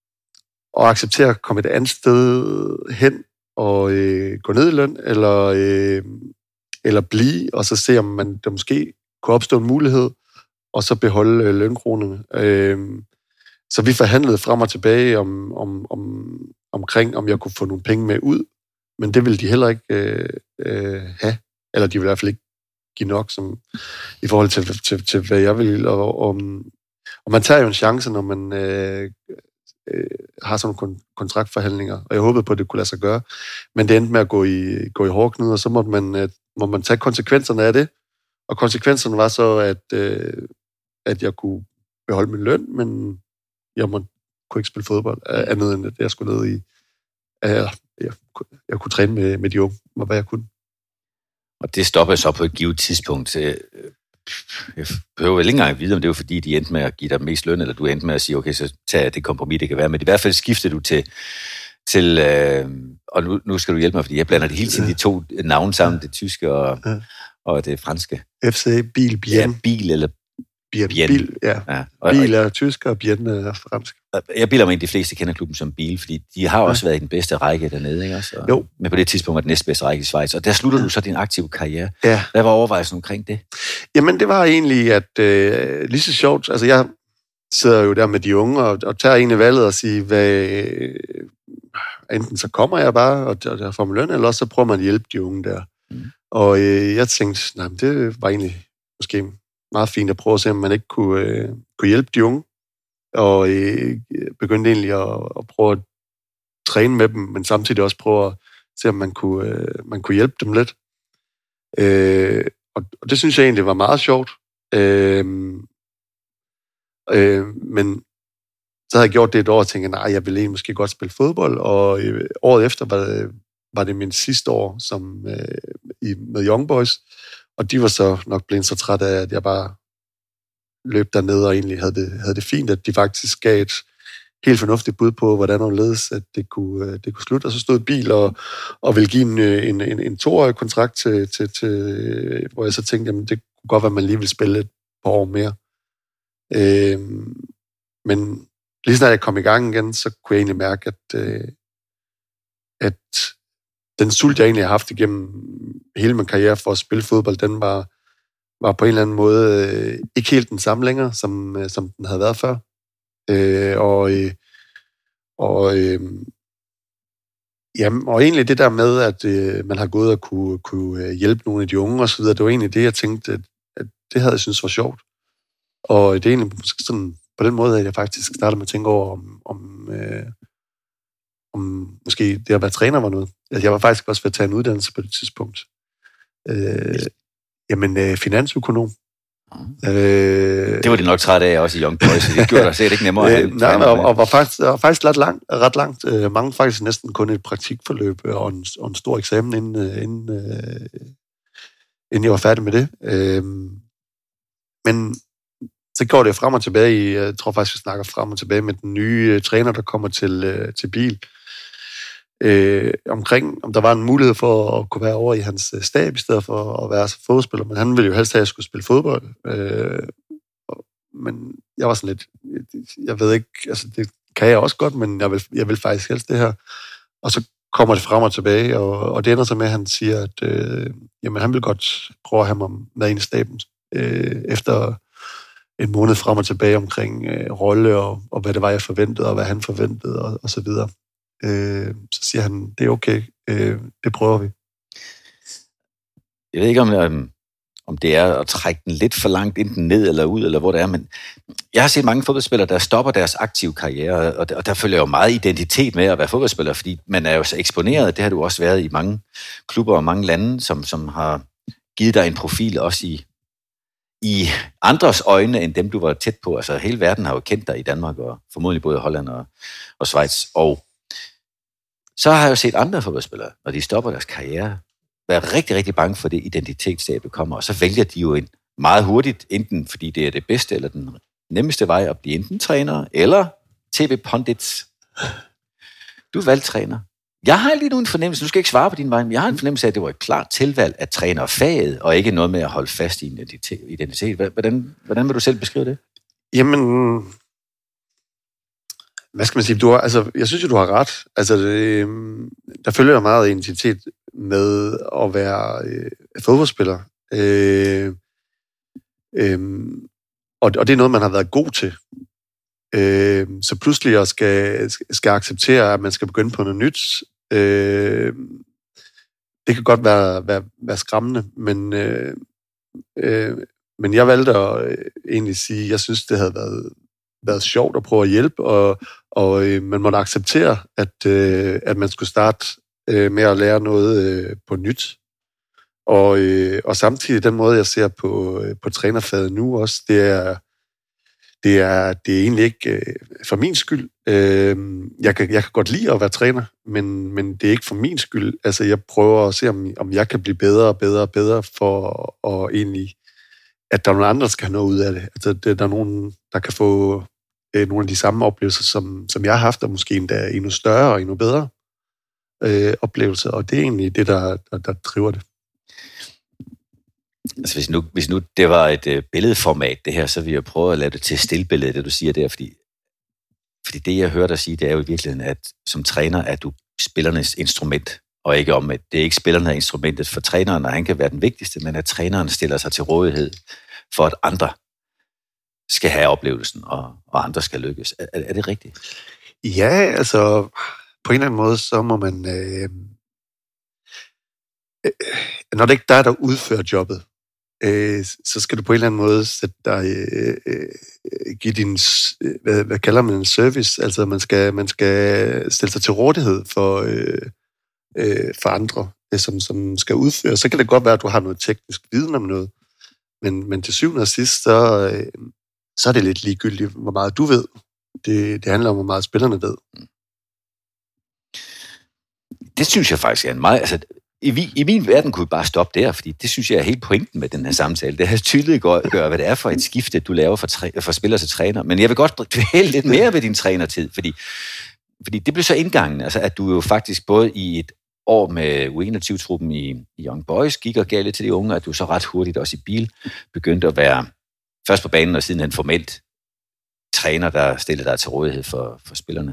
og acceptere at komme et andet sted hen, og øh, gå ned i løn, eller, øh, eller blive, og så se, om man der måske kunne opstå en mulighed, og så beholde øh, lønkronerne. Øh, Så vi forhandlede frem og tilbage om, om, om, omkring, om jeg kunne få nogle penge med ud, men det ville de heller ikke øh, øh, have, eller de ville i hvert fald ikke give nok som, i forhold til, til, til hvad jeg ville. Og, og, og man tager jo en chance, når man øh, øh, har sådan nogle kontraktforhandlinger, og jeg håbede på, at det kunne lade sig gøre, men det endte med at gå i, gå i hårdknude, og så måtte man, øh, må man tage konsekvenserne af det, og konsekvenserne var så, at, øh, at jeg kunne beholde min løn, men jeg må, kunne ikke spille fodbold, andet end at jeg skulle ned i, jeg, jeg, jeg kunne træne med, med de unge, hvad jeg kunne. Og det stopper så på et givet tidspunkt. Jeg behøver vel ikke engang at vide, om det var fordi, de endte med at give dig mest løn, eller du endte med at sige, okay, så tager jeg det kompromis, det kan være. Men i hvert fald skiftede du til, til øh, og nu, nu skal du hjælpe mig, fordi jeg blander det hele tiden, de to navne sammen, det tyske og, ja. og det franske. F C Biel Bien. Ja, Biel eller Bien. Biel, ja. ja. Og, Biel er tysk, og Bien er fransk. Jeg bilder mig, at de fleste kender klubben som Biel, fordi de har også ja. været i den bedste række dernede, ikke også? Og, jo. Men på det tidspunkt var det næstbedste række i Schweiz, og der slutter ja. du så din aktive karriere. Ja. Hvad var overvejelsen omkring det? Jamen, det var egentlig, at øh, lige så sjovt, altså jeg sidder jo der med de unge, og, og tager egentlig valget og siger, hvad, øh, enten så kommer jeg bare, og der får man løn, eller også så prøver man at hjælpe de unge der. Mm. Og øh, jeg tænkte, nej, men det var egentlig måske meget fint at prøve at se, om man ikke kunne, øh, kunne hjælpe de unge, og øh, begyndte egentlig at, at prøve at træne med dem, men samtidig også prøve at se, om man kunne, øh, man kunne hjælpe dem lidt. Øh, og, og det synes jeg egentlig var meget sjovt. Øh, øh, men så havde jeg gjort det et år og tænkte, nej, jeg ville egentlig måske godt spille fodbold, og øh, året efter var det, var det min sidste år som, øh, i, med Young Boys, og de var så nok blevet så trætte af, at jeg bare løb dernede og egentlig havde det, havde det fint, at de faktisk gav et helt fornuftigt bud på, hvordan og ledes, at det kunne, det kunne slutte. Og så stod Biel og, og ville give en, en, en, en toårig kontrakt til, til, til, hvor jeg så tænkte, jamen det kunne godt være, at man lige ville spille et par år mere. Øh, men lige snart jeg kom i gang igen, så kunne jeg egentlig mærke, at, øh, at den sult, jeg egentlig har haft igennem hele min karriere for at spille fodbold, den var, var på en eller anden måde øh, ikke helt den samme længere, som, øh, som den havde været før. Øh, og, øh, og, øh, jamen, og egentlig det der med, at øh, man har gået og kunne, kunne hjælpe nogle af de unge og så videre, det var egentlig det, jeg tænkte, at, at det havde jeg syntes var sjovt. Og det er egentlig sådan, på den måde, at jeg faktisk startede med at tænke over, om, om, øh, om måske det at være træner var noget. Altså, jeg var faktisk også ved at tage en uddannelse på det tidspunkt. Øh, jamen, øh, finansøkonom. Mm. Øh, det var det nok træt af også i Young Boys, så det gjorde dig sikkert ikke nemmere. Øh, nej, og, og var faktisk, var faktisk ret langt. Ret langt. Øh, mange faktisk næsten kun et praktikforløb og en, og en stor eksamen, inden, inden, øh, inden jeg var færdig med det. Øh, men så går det frem og tilbage i, jeg tror faktisk, vi snakker frem og tilbage med den nye uh, træner, der kommer til, uh, til Biel. Uh, omkring, om der var en mulighed for at kunne være over i hans uh, stab, i stedet for at være så fodspiller. Men han ville jo helst have, at jeg skulle spille fodbold. Uh, og, men jeg var sådan lidt, jeg ved ikke, altså det kan jeg også godt, men jeg vil, jeg vil faktisk helst det her. Og så kommer det frem og tilbage, og, og det ender så med, at han siger, at uh, jamen, han vil godt prøve at have mig med ind i staben. Uh, efter en måned frem og tilbage omkring øh, rolle, og, og hvad det var, jeg forventede, og hvad han forventede, og, og så videre. Øh, så siger han, det er okay, øh, det prøver vi. Jeg ved ikke, om, om det er at trække den lidt for langt, enten ned eller ud, eller hvor det er, men jeg har set mange fodboldspillere, der stopper deres aktive karriere, og der, og der følger jo meget identitet med at være fodboldspiller, fordi man er jo så eksponeret, det har du også været i mange klubber og mange lande, som, som har givet dig en profil også i, i andres øjne, end dem du var tæt på. Altså hele verden har jo kendt dig i Danmark, og formodentlig både Holland og, og Schweiz, og så har jeg jo set andre fodboldspillere, når de stopper deres karriere, være rigtig, rigtig bange for det identitetstab, der kommer, og så vælger de jo en meget hurtigt, enten fordi det er det bedste, eller den nemmeste vej at blive enten træner, eller T V-pundits. Du valgte træner. Jeg har lige nu en fornemmelse, nu skal jeg ikke svare på din vej, men jeg har en fornemmelse af, at det var et klart tilvalg at træne faget, og ikke noget med at holde fast i identitet. Hvordan, hvordan vil du selv beskrive det? Jamen, hvad skal man sige? Du har, altså, jeg synes jo, du har ret. Altså, det, der følger jo meget identitet med at være øh, fodboldspiller. Øh, øh, og, og det er noget, man har været god til. Øh, så pludselig at skal, skal acceptere, at man skal begynde på noget nyt. Øh, det kan godt være, være, være skræmmende, men, øh, øh, men jeg valgte at øh, egentlig sige, at jeg synes, det havde været, været sjovt at prøve at hjælpe, og, og øh, man måtte acceptere, at, øh, at man skulle starte øh, med at lære noget øh, på nyt. Og, øh, og samtidig den måde, jeg ser på, øh, på trænerfaget nu også, det er, det er, det er egentlig ikke øh, for min skyld. Øh, jeg, kan, jeg kan godt lide at være træner, men, men det er ikke for min skyld. Altså, jeg prøver at se, om, om jeg kan blive bedre og bedre og bedre, for at egentlig, at der er nogle andre, der skal have noget ud af det. Altså, det, der er nogen, der kan få øh, nogle af de samme oplevelser, som, som jeg har haft, og måske endda endnu større og endnu bedre øh, oplevelser. Og det er egentlig det, der, der, der driver det. Altså hvis nu, hvis nu det var et øh, billedformat, det her, så vil jeg prøve at lave det til stillbillede, det du siger der, fordi, fordi det, jeg hører dig sige, det er jo i virkeligheden, at som træner er du spillernes instrument, og ikke om, at det er ikke spillerne, der er instrumentet for træneren, og han kan være den vigtigste, men at træneren stiller sig til rådighed for, at andre skal have oplevelsen, og, og andre skal lykkes. Er, er det rigtigt? Ja, altså på en eller anden måde, så må man... Øh, øh, når det ikke er dig, der udfører jobbet, øh, så skal du på en eller anden måde sætte dig, øh, øh, give din, hvad, hvad kalder man en service, altså man skal, man skal stille sig til rådighed for, øh, øh, for andre, øh, som, som skal udføre. Så kan det godt være, at du har noget teknisk viden om noget, men, men til syvende og sidst, så, øh, så er det lidt ligegyldigt, hvor meget du ved. Det, det handler om, hvor meget spillerne ved. Det synes jeg faktisk er en meget... Altså I, I min verden kunne vi bare stoppe der, fordi det synes jeg er helt pointen med den her samtale. Det har tydeligt gør, hvad det er for et skifte, du laver for, træ, for spiller til træner. Men jeg vil godt dvæle lidt mere ved din trænertid, fordi, fordi det blev så indgangen, altså at du jo faktisk både i et år med U enogtyve-truppen i, i Young Boys gik og gav lidt til de unge, at du så ret hurtigt også i Biel begyndte at være først på banen og siden en formelt træner, der stillede dig til rådighed for, for spillerne.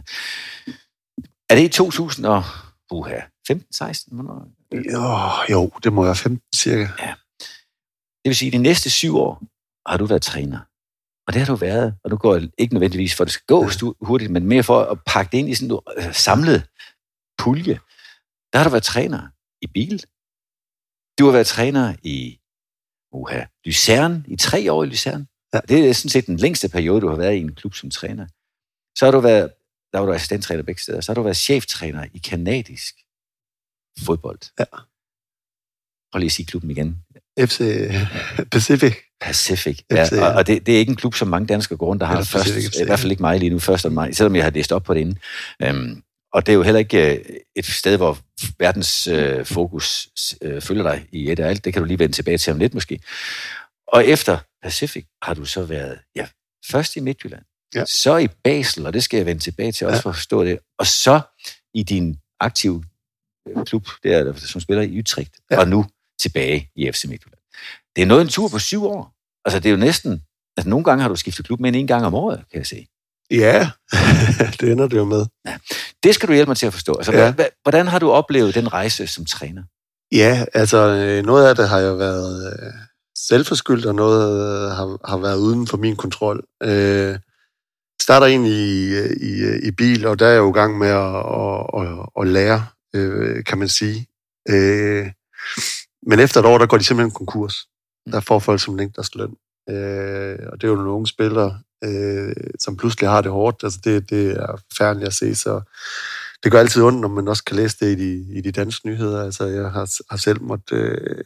Er det i to tusind og femten seksten? Hvornår? Jo, jo, det må være femten cirka. Ja. Det vil sige, at de næste syv år har du været træner. Og det har du været, og nu går det ikke nødvendigvis for, at det skal gå ja. hurtigt, men mere for at pakke det ind i sådan en samlet pulje. Der har du været træner i Biel. Du har været træner i uha, Luzern, i tre år i Luzern. Ja. Det er sådan set den længste periode, du har været i en klub som træner. Så har du været, der var du assistenttræner begge steder, så har du været cheftræner i kanadisk fodbold. Ja. Prøv lige at sige klubben igen. F C Pacific. Pacific, ja. F C, ja. Og, og det, det er ikke en klub, som mange danskere går rundt, der har først, i hvert fald ikke mig lige nu, først om mig, selvom jeg har læst op på det inden. Um, og det er jo heller ikke uh, et sted, hvor verdens uh, fokus uh, følger dig i et af alt. Det kan du lige vende tilbage til om lidt måske. Og efter Pacific har du så været, ja, først i Midtjylland, ja. Så i Basel, og det skal jeg vende tilbage til, også ja. For at forstå det, og så i din aktive klub, der, som spiller i Utrecht, ja. Og nu tilbage i F C Midtjylland. Det er noget en tur på syv år. Altså, det er jo næsten... Altså, nogle gange har du skiftet klub med en gang om året, kan jeg se. Ja, det ender det jo med. Ja. Det skal du hjælpe mig til at forstå. Altså, ja. Hvordan har du oplevet den rejse som træner? Ja, altså, noget af det har jo været selvforskyldt, og noget har, har været uden for min kontrol. Øh, starter ind i, i, i bil, og der er jeg jo i gang med at, at, at, at lære, øh, kan man sige. Øh, men efter et år, der går de simpelthen konkurs. der får folk som ikke deres løn. Øh, og det er jo nogle unge spillere, øh, som pludselig har det hårdt. Altså det, det er forfærdeligt at se, så det gør altid ondt, når man også kan læse det i de, i de danske nyheder. Altså jeg har, har selv måttet... Øh,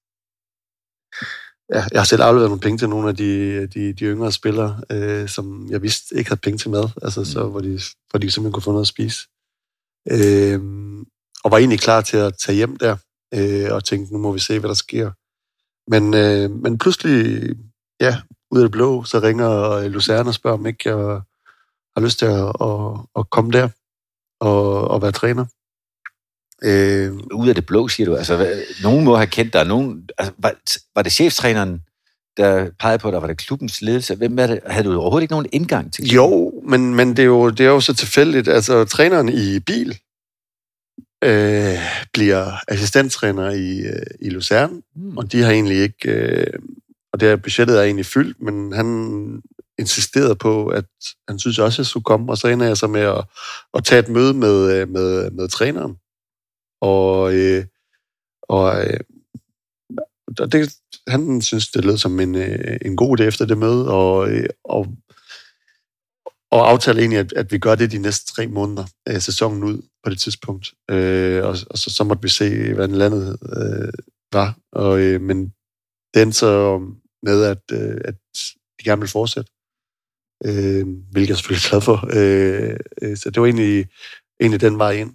ja, jeg har selv afleveret nogle penge til nogle af de, de, de yngre spillere, øh, som jeg vidste ikke havde penge til mad, altså mm. så hvor de, hvor de simpelthen kunne få noget at spise. Øh, og var egentlig klar til at tage hjem der, øh, og tænkte, nu må vi se, hvad der sker. Men, øh, men pludselig, ja, ud af det blå, så ringer Luzern og spørger, om ikke jeg har lyst til at, at, at komme der og, og være træner. Øh, ud af det blå, siger du? Altså, hvad, nogen må have kendt dig. Nogen, altså, var, var det cheftræneren, der pegede på dig? Var det klubbens ledelse? Hvem er det? Havde du overhovedet ikke nogen indgang til klubben? Jo, men, men det, er jo, det er jo så tilfældigt. Altså, træneren i Bil øh, bliver assistenttræner i, i Luzern, hmm. og de har egentlig ikke... Øh, og det her budgettet er egentlig fyldt, men han insisterede på, at han synes også, at jeg skulle komme, og så ender jeg så med at, at tage et møde med, med, med træneren. Og, øh, og øh, det, han synes, det lød som en, øh, en god idé efter det møde, og, øh, og, og aftalte egentlig, at, at vi gør det de næste tre måneder af sæsonen ud på det tidspunkt. Øh, og og så, så måtte vi se, hvad landet øh, var. Og, øh, men det endte så med, at, øh, at de gerne ville fortsætte, øh, hvilket jeg selvfølgelig er glad for. Øh, øh, så det var egentlig, egentlig den vej ind.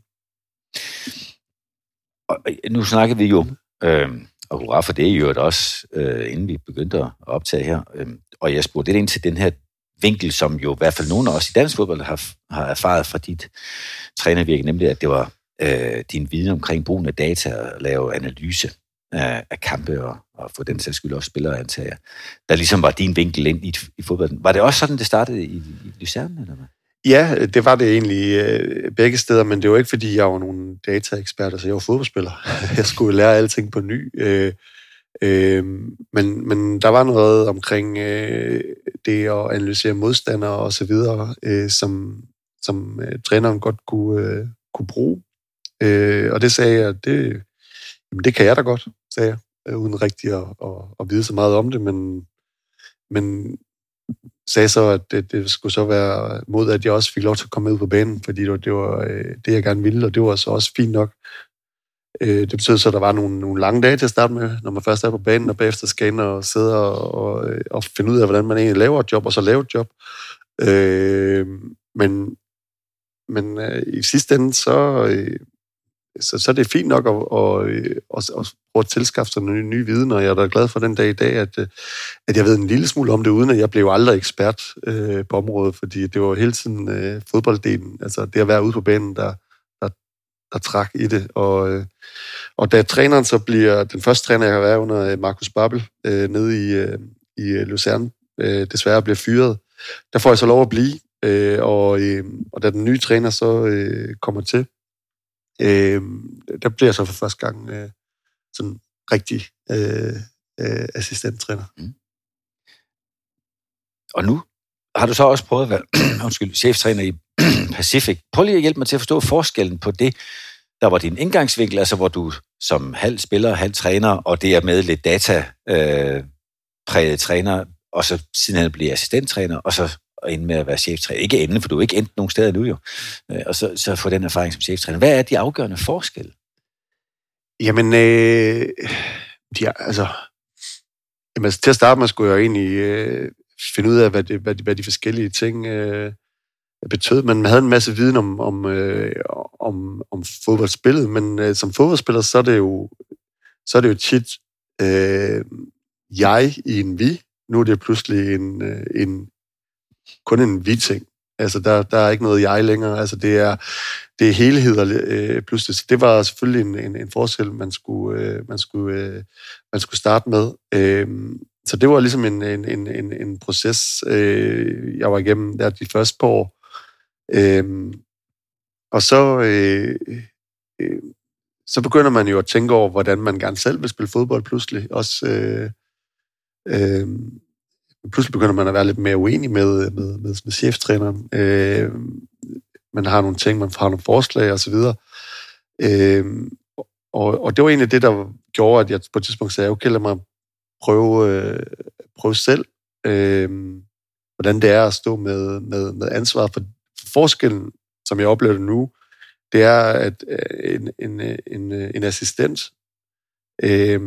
Og nu snakkede vi jo, øh, og hurra for det i øvrigt også, øh, inden vi begyndte at optage her, øh, og jeg spurgte lidt ind til den her vinkel, som jo i hvert fald nogle af os i dansk fodbold har, har erfaret fra dit trænervirke, nemlig at det var øh, din viden omkring brugen af data og lave analyse af, af kampe og, og få den selvskyld også spillere antager, der ligesom var din vinkel ind i, i fodbolden. Var det også sådan, det startede i, i Luzern, eller hvad? Ja, det var det egentlig øh, begge steder, men det var ikke, fordi jeg var nogen dataekspert, så jeg var fodboldspiller. Jeg skulle lære alting på ny. Øh, øh, men, men der var noget omkring øh, det at analysere modstandere og så videre, øh, som, som øh, træneren godt kunne, øh, kunne bruge. Øh, og det sagde jeg, det, jamen, det kan jeg da godt, sagde jeg, øh, uden rigtig at, at, at vide så meget om det, men, men sagde så, at det, det skulle så være mod, at jeg også fik lov til at komme ud på banen, fordi det var, det var øh, det, jeg gerne ville, og det var så også fint nok. Øh, det betød så, at der var nogle, nogle lange dage til at starte med, når man først er på banen, og bagefter skal ind og sidde og, og, og finde ud af, hvordan man egentlig laver et job, og så lave et job. Øh, men men øh, i sidste ende, så, øh, så, så er det fint nok at, at, at, at prøve at tilskaffe sig nye, nye viden, og jeg er da glad for den dag i dag, at, at jeg ved en lille smule om det, uden at jeg blev aldrig ekspert øh, på området, fordi det var hele tiden øh, fodbolddelen, altså det at være ude på banen, der, der, der trak i det. Og, øh, og da træneren så bliver, den første træner, jeg har været under, Markus Babbel, øh, nede i, øh, i Luzern, øh, desværre bliver fyret, der får jeg så lov at blive, øh, og, øh, og da den nye træner så øh, kommer til, Øh, der bliver jeg så for første gang øh, sådan rigtig øh, øh, assistenttræner. Mm. Og nu har du så også prøvet at være undskyld, cheftræner i Pacific. Prøv lige at hjælpe mig til at forstå forskellen på det, der var din indgangsvinkel, altså hvor du som halv spiller, halv træner, og det er med lidt data-præget øh, træner, og så siden bliver assistenttræner, og så og ende med at være cheftræner. Ikke ende, for du er ikke endt nogen steder nu jo. Og så, så få den erfaring som cheftræner. Hvad er de afgørende forskelle? Jamen, øh, de, altså, jamen, til at starte med skulle jeg egentlig øh, finde ud af, hvad, det, hvad, de, hvad de forskellige ting øh, betød. Man havde en masse viden om, om, øh, om, om fodboldspillet, men øh, som fodboldspiller, så er det jo, så er det jo tit øh, jeg i en vi. Nu er det pludselig en, en kun en vi-ting. Altså, der, der er ikke noget jeg længere. Altså, det er, det er helheder øh, pludselig. Så det var selvfølgelig en, en, en forskel, man skulle, øh, man, skulle, øh, man skulle starte med. Øh, så det var ligesom en, en, en, en proces, øh, jeg var igennem der de første par år. Øh, og så, øh, øh, så begynder man jo at tænke over, hvordan man gerne selv vil spille fodbold pludselig. Også... Øh, øh, Pludselig begynder man at være lidt mere uenig med, med, med, med cheftræneren. Øh, man har nogle ting, man har nogle forslag og så videre. Øh, og, og det var egentlig det, der gjorde, at jeg på et tidspunkt sagde, okay, lad mig prøve, øh, prøve selv, øh, hvordan det er at stå med, med, med ansvar. For forskellen, som jeg oplever det nu, det er, at en, en, en, en assistent øh,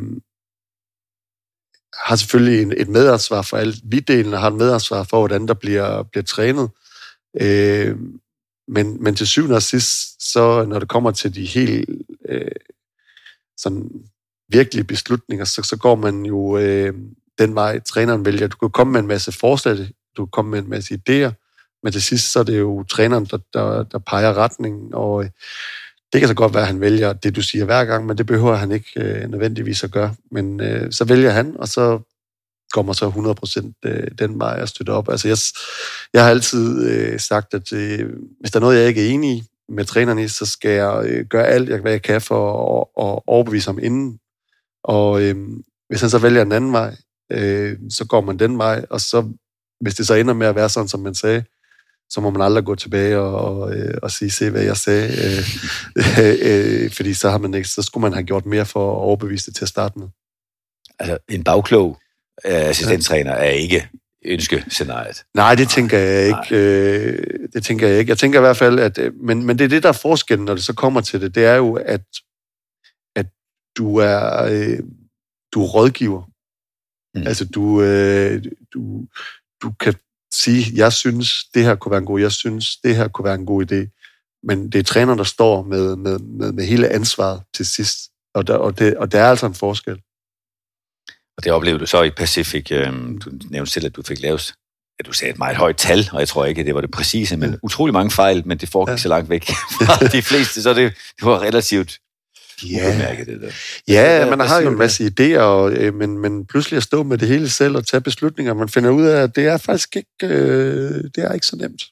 har selvfølgelig en, et medansvar for alt. Vi delen har et medansvar for, hvordan der bliver, bliver trænet. Øh, men, men til syvende og sidst, så når det kommer til de helt øh, sådan virkelige beslutninger, så, så går man jo øh, den vej, træneren vælger. Du kan komme med en masse forslag, du kan komme med en masse idéer, men til sidst, så er det jo træneren, der, der, der peger retningen, og øh, det kan så godt være, at han vælger det, du siger hver gang, men det behøver han ikke øh, nødvendigvis at gøre. Men øh, så vælger han, og så kommer så hundrede procent øh, den vej at støtte op. Altså, jeg, jeg har altid øh, sagt, at øh, hvis der er noget, jeg ikke er enig i med trænerne, så skal jeg øh, gøre alt, hvad jeg kan for at, at overbevise ham inden. Og øh, hvis han så vælger en anden vej, øh, så går man den vej, og så, hvis det så ender med at være sådan, som man sagde, så må man aldrig gå tilbage og, og, og sige, se hvad jeg sagde, øh, øh, fordi så, har man ikke, så skulle man have gjort mere for at overbevise det til at starte med. Altså, en bagklog assistenttræner er ikke ønskescenariet. Nej, det tænker jeg ikke. Øh, det tænker jeg ikke. Jeg tænker i hvert fald, at men, men det er det, der er forskellen, når det så kommer til det, det er jo, at, at du er øh, du er rådgiver. Mm. Altså, du, øh, du, du kan sige, jeg synes, det her kunne være en god, jeg synes, det her kunne være en god idé. Men det er træneren, der står med, med, med, med hele ansvaret til sidst. Og der, og, det, og der er altså en forskel. Og det oplevede du så i Pacific. Du nævnte selv, at du fik lavet, at du sagde et meget højt tal, og jeg tror ikke, at det var det præcise, men ja. utrolig mange fejl, men det foregik ja. så langt væk fra de fleste, så det, det var relativt ja. ubemærket, det der. Ja, man har jo en masse idéer, og, øh, men, men pludselig at stå med det hele selv og tage beslutninger, man finder ud af, at det er faktisk ikke, øh, det er ikke så nemt.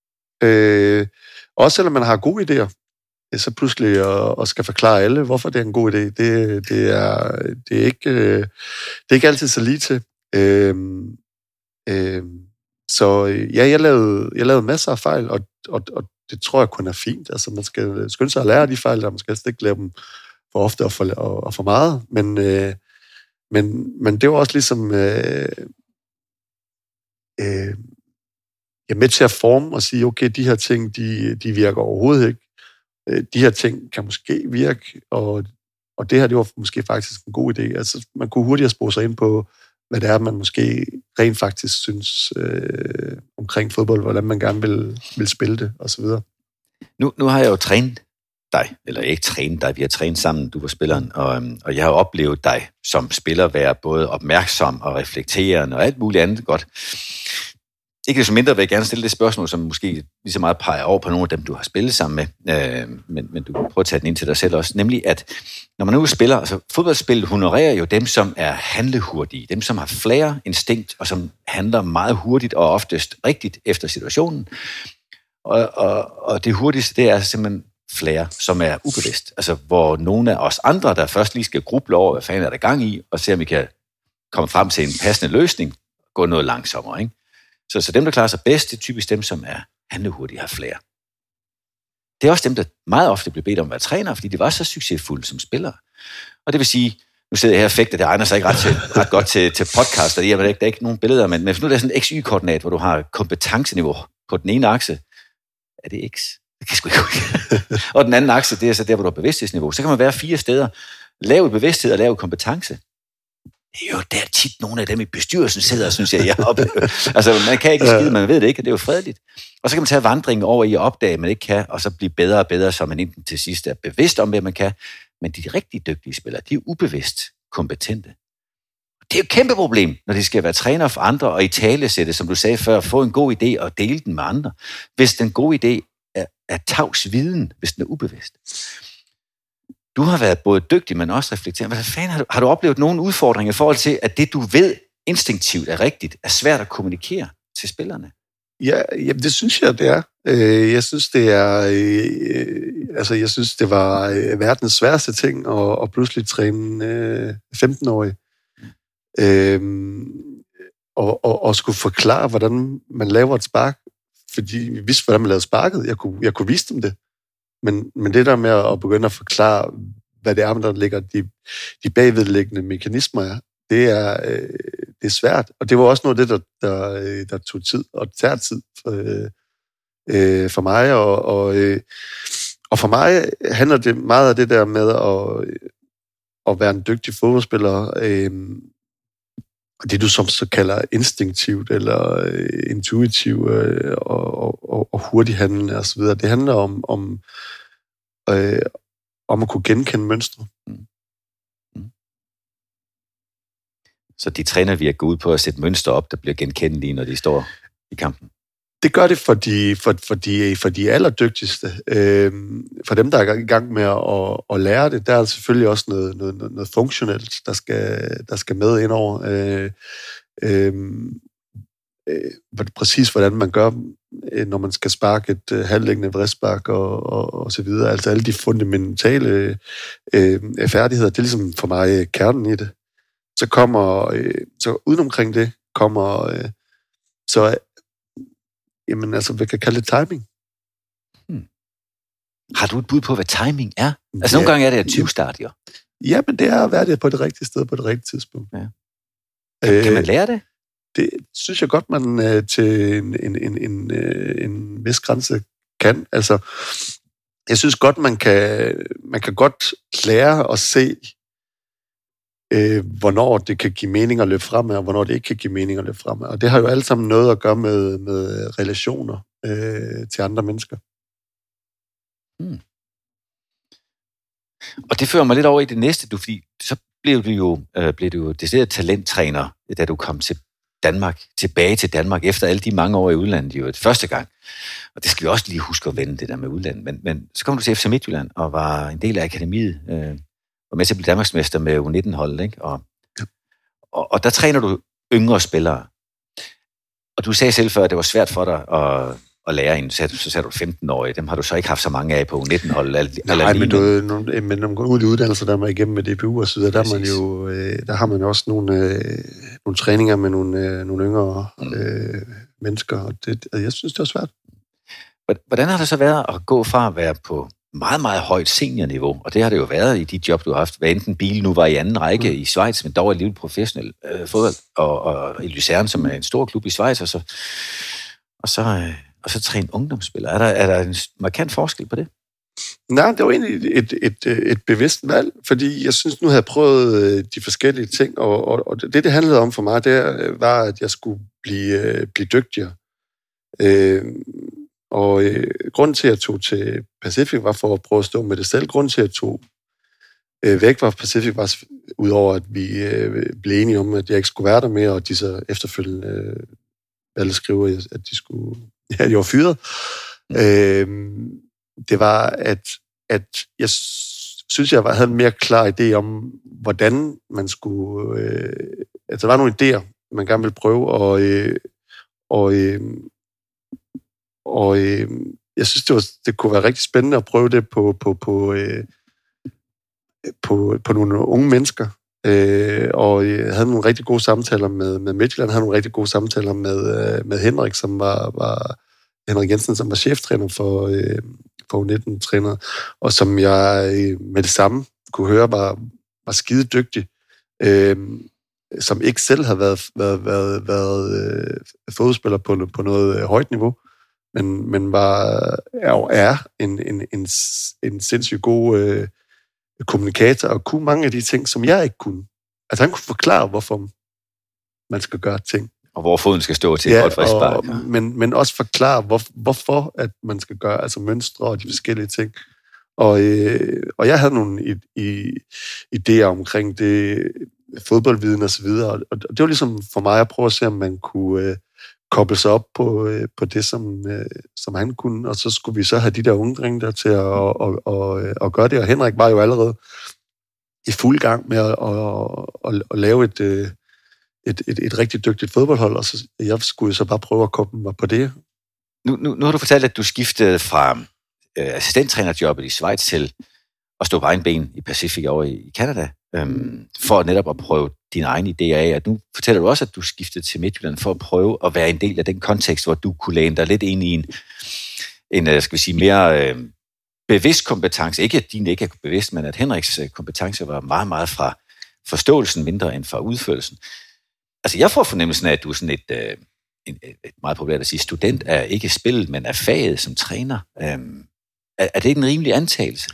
Øh, også selvom man har gode idéer, så pludselig at, at skal forklare alle, hvorfor det er en god idé, det, det, er, det, er, ikke, det er ikke altid så lige til. Øhm, øhm, så ja, jeg lavede, jeg lavede masser af fejl, og, og, og det tror jeg kun er fint. Altså, man skal skynde sig at lære de fejl, der man skal helst ikke lave dem for ofte og for, og, og for meget. Men, øh, men, men det var også ligesom øh, øh, jeg er med til at forme og sige, okay, de her ting, de, de virker overhovedet ikke. De her ting kan måske virke, og, og det her, det var måske faktisk en god idé. Altså, man kunne hurtigt spore sig ind på, hvad det er, man måske rent faktisk synes øh, omkring fodbold, hvordan man gerne vil, vil spille det, osv. Nu, nu har jeg jo trænet dig, eller ikke trænet dig, vi har trænet sammen, du var spilleren, og, og jeg har oplevet dig som spiller være både opmærksom og reflekterende og alt muligt andet godt. Ikke så mindre vil jeg gerne stille det spørgsmål, som måske lige så meget peger over på nogle af dem, du har spillet sammen med, øh, men, men du kan prøve at tage den ind til dig selv også, nemlig at når man nu spiller, altså fodboldspil honorerer jo dem, som er handlehurtige, dem, som har flere instinkt, og som handler meget hurtigt og oftest rigtigt efter situationen. Og, og, og det hurtigste, det er simpelthen flere, som er ubevidst. Altså hvor nogle af os andre, der først lige skal gruble over, hvad fanden er der gang i, og se om vi kan komme frem til en passende løsning, gå noget langsommere, ikke? Så, så dem, der klarer sig bedst, det er typisk dem, som er handlehurtige, har flere. Det er også dem, der meget ofte bliver bedt om at være træner, fordi de var så succesfulde som spillere. Og det vil sige, nu sidder jeg her og fægter, det egner sig ikke ret, til, ret godt til, til podcaster, der er ikke, der er ikke nogen billeder, men, men nu er der sådan en X Y-koordinat, hvor du har kompetenceniveau på den ene akse. Er det X? Det kan jeg sgu ikke huske. Og den anden akse, det er så der, hvor du har bevidsthedsniveau. Så kan man være fire steder. Lav bevidsthed og lav kompetence. Det er jo der tit nogle af dem i bestyrelsen sidder, synes jeg, jeg oplever. Altså, man kan ikke skide, man ved det ikke, og det er jo fredeligt. Og så kan man tage vandringen over i at opdage, at man ikke kan, og så blive bedre og bedre, så man enten til sidst er bevidst om, hvad man kan. Men de rigtig dygtige spillere, de er ubevidst kompetente. Det er jo et kæmpe problem, når de skal være træner for andre, og i talesætte, som du sagde før, få en god idé og dele den med andre. Hvis den gode idé er, er tavs viden, hvis den er ubevidst. Du har været både dygtig, men også reflekterende. Hvad fanden har du, har du oplevet nogle udfordringer i forhold til, at det, du ved instinktivt er rigtigt, er svært at kommunikere til spillerne? Ja, jamen, det synes jeg, det er. Jeg synes, det er... Altså, jeg synes, det var verdens sværeste ting at, at pludselig træne femten-årige. Mm. Og, og, og skulle forklare, hvordan man laver et spark. Fordi vi vidste, hvordan man lavede sparket. Jeg kunne, jeg kunne vise dem det. Men, men det der med at begynde at forklare, hvad det er, der ligger de, de bagvedliggende mekanismer er, Det er, øh, det er svært, og det var også noget af det, der, der, der tog tid, og tager tid for, øh, for mig, og, og, øh, og for mig handler det meget af det der med at, at være en dygtig fodboldspiller, øh, og det du som så kalder instinktivt, eller øh, intuitivt, øh, og, og, og hurtigt handlende, og så videre. Det handler om, om, øh, om at kunne genkende mønstre. Mm. Så de træner vi at gå ud på at sætte mønstre op, der bliver genkendelige, når de står i kampen? Det gør det for de, for, for de, for de allerdygtigste. Øh, for dem, der er i gang med at, at lære det, der er selvfølgelig også noget, noget, noget funktionelt, der skal, der skal med ind over. Øh, øh, øh, præcis hvordan man gør, når man skal sparke et uh, halvlæggende vristspark og, og, og så videre. Altså alle de fundamentale øh, færdigheder, det er ligesom for mig kernen i det. Så kommer, øh, så udenomkring det, kommer, øh, så, jamen altså, hvad kan jeg kalde det timing? Hmm. Har du et bud på, hvad timing er? Altså ja, nogle gange er det et tyve stadier. Ja, men det er at være det på det rigtige sted, på det rigtige tidspunkt. Ja. Kan, kan man lære det? Det synes jeg godt, man øh, til en, en, en, en, øh, en vis grænse kan. Altså, jeg synes godt, man kan, man kan godt lære at se, øh, hvornår det kan give mening at løbe fremad, og hvornår det ikke kan give mening at løbe fremad. Og det har jo alt sammen noget at gøre med, med relationer øh, til andre mennesker. Hmm. Og det fører mig lidt over i det næste, du, fordi så blev du jo, øh, blev du jo decideret talenttræner, da du kom til Danmark, tilbage til Danmark, efter alle de mange år i udlandet, jo det første gang. Og det skal vi også lige huske at vende, det der med udlandet. Men, men så kom du til F C Midtjylland og var en del af akademiet, øh, og med til at blive danmarksmester med U nitten-holdet, ikke? Og, og, og der træner du yngre spillere. Og du sagde selv før, at det var svært for dig at, at lære en, så, så sagde du femten-årige. Dem har du så ikke haft så mange af på U nitten-holdet. Nej, men, du, nogle, men når man går ud i uddannelser, der er man igennem med D P U og så videre, der, er man jo, øh, der har man også nogle, øh, nogle træninger med nogle, øh, nogle yngre øh, mennesker, og det, jeg synes, det er svært. Hvordan har det så været at gå fra at være på meget, meget højt seniorniveau, og det har det jo været i de job, du har haft, hvad enten Biel nu var i anden række mm. i Schweiz, men dog alligevel professionel øh, fodbold, og, og i Luzern, som er en stor klub i Schweiz, og så, og så, øh, og så træne ungdomsspillere. Er der, er der en markant forskel på det? Nej, det var egentlig et, et, et, et bevidst valg, fordi jeg synes, nu havde jeg prøvet de forskellige ting, og, og, og det, det handlede om for mig, det var, at jeg skulle blive, blive dygtigere. Øh, Og øh, grunden til, at jeg tog til Pacific, var for at prøve at stå med det selv. Grunden til, at jeg tog øh, væk fra Pacific, var udover, at vi øh, blev enige om, at jeg ikke skulle være der mere, og de så efterfølgende øh, alle skriver, at de skulle, ja, de var fyret. Mm. Øh, det var, at, at jeg synes, jeg havde en mere klar idé om, hvordan man skulle... Øh, altså, der var nogle idéer, man gerne ville prøve, og... Øh, og øh, Og øh, jeg synes, det, var, det kunne være rigtig spændende at prøve det på, på, på, øh, på, på nogle unge mennesker. Øh, og jeg havde nogle rigtig gode samtaler med, med Midtjylland, havde nogle rigtig gode samtaler med, øh, med Henrik, som var, var Henrik Jensen, som var cheftræner for, øh, for U nitten-træner, og som jeg øh, med det samme kunne høre var, var skide dygtig. Øh, som ikke selv havde været, været, været, været øh, fodspiller på, på noget øh, højt niveau, men, men var er, er en, en, en, en sindssygt god øh, kommunikator, og kunne mange af de ting, som jeg ikke kunne. Altså han kunne forklare, hvorfor man skal gøre ting. Og hvor foden skal stå til ja, et godt frispark. Ja. Men, men også forklare, hvor, hvorfor at man skal gøre, altså mønstre og de forskellige ting. Og, øh, og jeg havde nogle i, i, idéer omkring det, fodboldviden og så videre, og det var ligesom for mig at prøve at se, om man kunne øh, koble sig op på, øh, på det, som, øh, som han kunne, og så skulle vi så have de der unge drenge der til at og, og, og, og gøre det, og Henrik var jo allerede i fuld gang med at, at, at, at lave et, et, et, et rigtig dygtigt fodboldhold, og så jeg skulle så bare prøve at koble mig på det. Nu, nu, nu har du fortalt, at du skiftede fra øh, assistenttrænerjobbet i Schweiz til at stå på egen ben i Pacific over i, i Canada, øhm, for netop at prøve dine egne idéer af. Og nu fortæller du også, at du skiftede til Midtjylland for at prøve at være en del af den kontekst, hvor du kunne læne dig lidt ind i en, en skal vi sige, mere øh, bevidst kompetence. Ikke at din ikke er bevidst, men at Henriks kompetence var meget, meget fra, forståelsen mindre end for udførelsen. Altså, jeg får fornemmelsen af, at du er sådan et, øh, et, et meget populært at sige, student er ikke spillet, men er faget som træner. Øhm, er, er det en rimelig antagelse?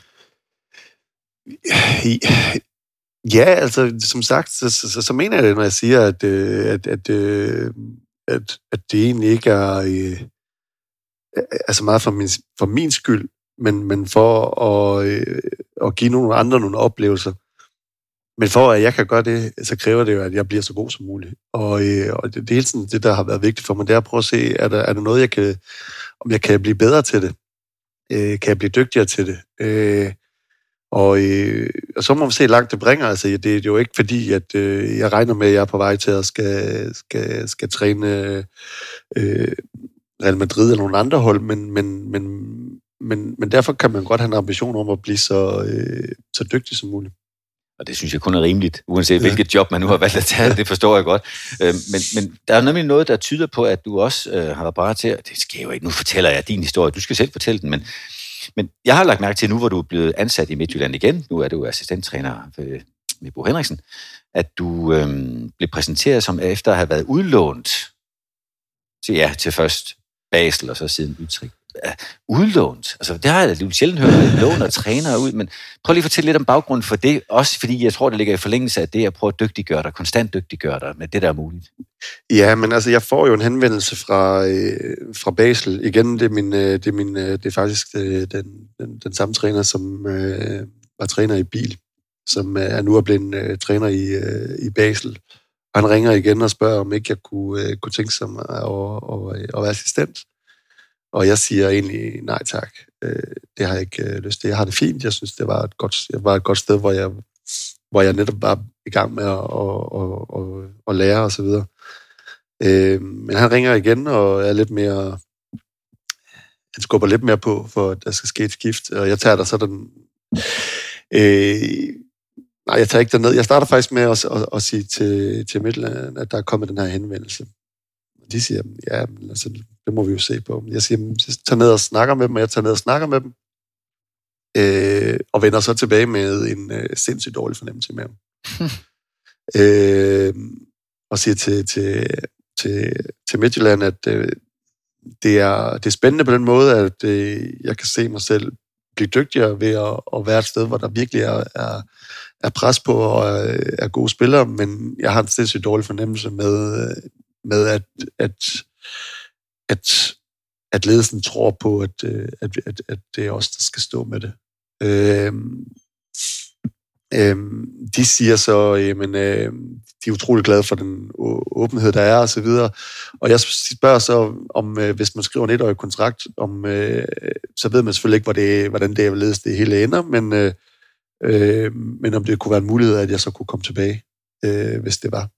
Ja, altså, som sagt, så, så, så mener jeg det, når jeg siger, at, at, at, at, at det egentlig ikke er øh, altså meget for min, for min skyld, men, men for at, øh, at give nogle andre nogle oplevelser. Men for at jeg kan gøre det, så kræver det jo, at jeg bliver så god som muligt. Og, øh, og det, det er hele tiden det, der har været vigtigt for mig, det er at prøve at se, er der, er der noget, jeg kan, om jeg kan blive bedre til det? Øh, kan jeg blive dygtigere til det? Øh, og, øh, og så må man se, langt det bringer. Altså, det er jo ikke fordi, at øh, jeg regner med, at jeg er på vej til at skal, skal, skal træne øh, Real Madrid eller nogle andre hold, men, men, men, men, men derfor kan man godt have en ambition om at blive så, øh, så dygtig som muligt. Og det synes jeg kun er rimeligt, uanset ja. hvilket job man nu har valgt at tage, det forstår jeg godt. Øh, men, men der er nemlig noget, der tyder på, at du også øh, har været bare til, det skal jeg jo ikke, nu fortæller jeg din historie, du skal selv fortælle den, men, men jeg har lagt mærke til nu, hvor du er blevet ansat i Midtjylland igen, nu er du assistenttræner med Bo Henriksen, at du øh, blev præsenteret som efter at have været udlånt til, ja, til først Basel og så siden Utrecht. Udlånt. Altså, det har jeg da sjældent hørt, at låner og trænere ud, men prøv lige at fortælle lidt om baggrunden for det, også fordi jeg tror, det ligger i forlængelse af det, at prøve at dygtiggøre dig, konstant dygtiggøre dig med det, der er muligt. Ja, men altså, jeg får jo en henvendelse fra, øh, fra Basel. Igen, det er, min, øh, det er, min, øh, det er faktisk øh, den, den, den samme træner, som øh, var træner i Bil, som øh, er nu er blevet øh, træner i, øh, i Basel. Han ringer igen og spørger, om ikke jeg kunne, øh, kunne tænke sig at, at, at, at være assistent. Og jeg siger egentlig nej tak. Det har jeg ikke lyst til. Jeg har det fint. Jeg synes, det var et godt, det var et godt sted, hvor jeg, hvor jeg netop var i gang med at, at, at, at lære og så videre. Men han ringer igen og er lidt mere... Han skubber lidt mere på, for at der skal ske et skift. Og jeg tager der sådan... Øh, nej, jeg tager ikke derned. Jeg starter faktisk med at, at, at sige til, til Midtjylland, at der er kommet den her henvendelse. De siger, ja, altså, det må vi jo se på. Jeg siger, jeg tager ned og snakker med dem, og jeg tager ned og snakker med dem, øh, og vender så tilbage med en øh, sindssygt dårlig fornemmelse med dem. øh, og siger til, til, til, til Midtjylland, at øh, det, er, det er spændende på den måde, at øh, jeg kan se mig selv blive dygtigere ved at, at være et sted, hvor der virkelig er, er, er pres på og er, er gode spillere, men jeg har en sindssygt dårlig fornemmelse med... med at, at, at, at ledelsen tror på, at, at, at, at det er os, der skal stå med det. Øhm, øhm, de siger så, jamen, øh, de er utrolig glade for den åbenhed, der er, og så videre. Og jeg spørger så, om øh, hvis man skriver en etårig kontrakt, om, øh, så ved man selvfølgelig ikke, hvor det, hvordan det er, hvorledes det hele ender, men, øh, øh, men om det kunne være en mulighed, at jeg så kunne komme tilbage, øh, hvis det var.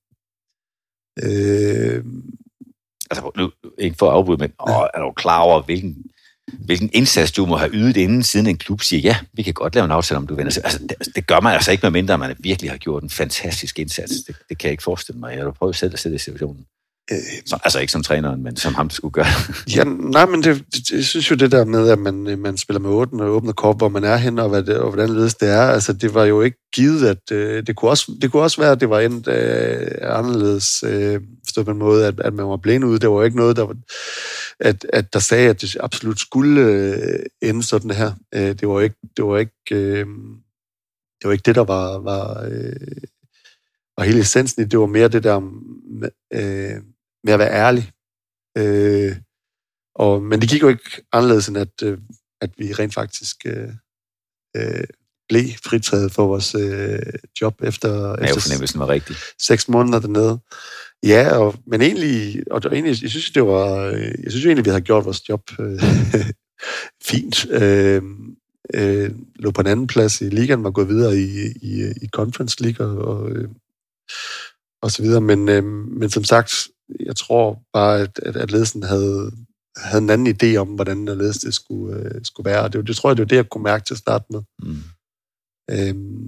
Øh... Altså, nu, ikke for at afbryde, men åh, er du klar over, hvilken, hvilken indsats du må have ydet inden, siden en klub siger, ja, vi kan godt lave en aftale, om du vender. Altså, det, det gør man altså ikke, medmindre man virkelig har gjort en fantastisk indsats. Det, det kan jeg ikke forestille mig. Jeg har prøvet selv at sætte i situationen. Øh... Så, altså ikke som træneren, men som ham, der skulle gøre. Ja, nej, men det, det, jeg synes jo det der med, at man, man spiller med otten og åbner kort, hvor man er henne, og, hvad det, og hvordan ledes det er, altså det var jo ikke givet, at øh, det, kunne også, det kunne også være, at det var endt øh, anderledes, øh, forstået på en måde, at, at man var blænet ud. Det var jo ikke noget, der var, at, at der sagde, at det absolut skulle øh, ende sådan det her. Øh, det var ikke, det var ikke, øh, det var ikke det, der var, var, øh, var hele essensen i det. var mere det der øh, med at være ærlig. Øh, og, men det gik jo ikke anderledes, end at, øh, at vi rent faktisk øh, øh, blev fritaget for vores øh, job efter, efter var rigtig. seks måneder dernede. Ja, og, men egentlig, og det, egentlig, jeg synes, det var, jeg synes egentlig, vi havde gjort vores job øh, fint. Øh, øh, lå på en anden plads i ligaen, var gået videre i, i, i Conference League og, og, og så videre. Men, øh, men som sagt, jeg tror bare, at, at, at ledelsen havde, havde en anden idé om, hvordan der ledelse skulle, øh, skulle være. Og det, det tror jeg, det var det, jeg kunne mærke til at starte med. Mm. Øhm,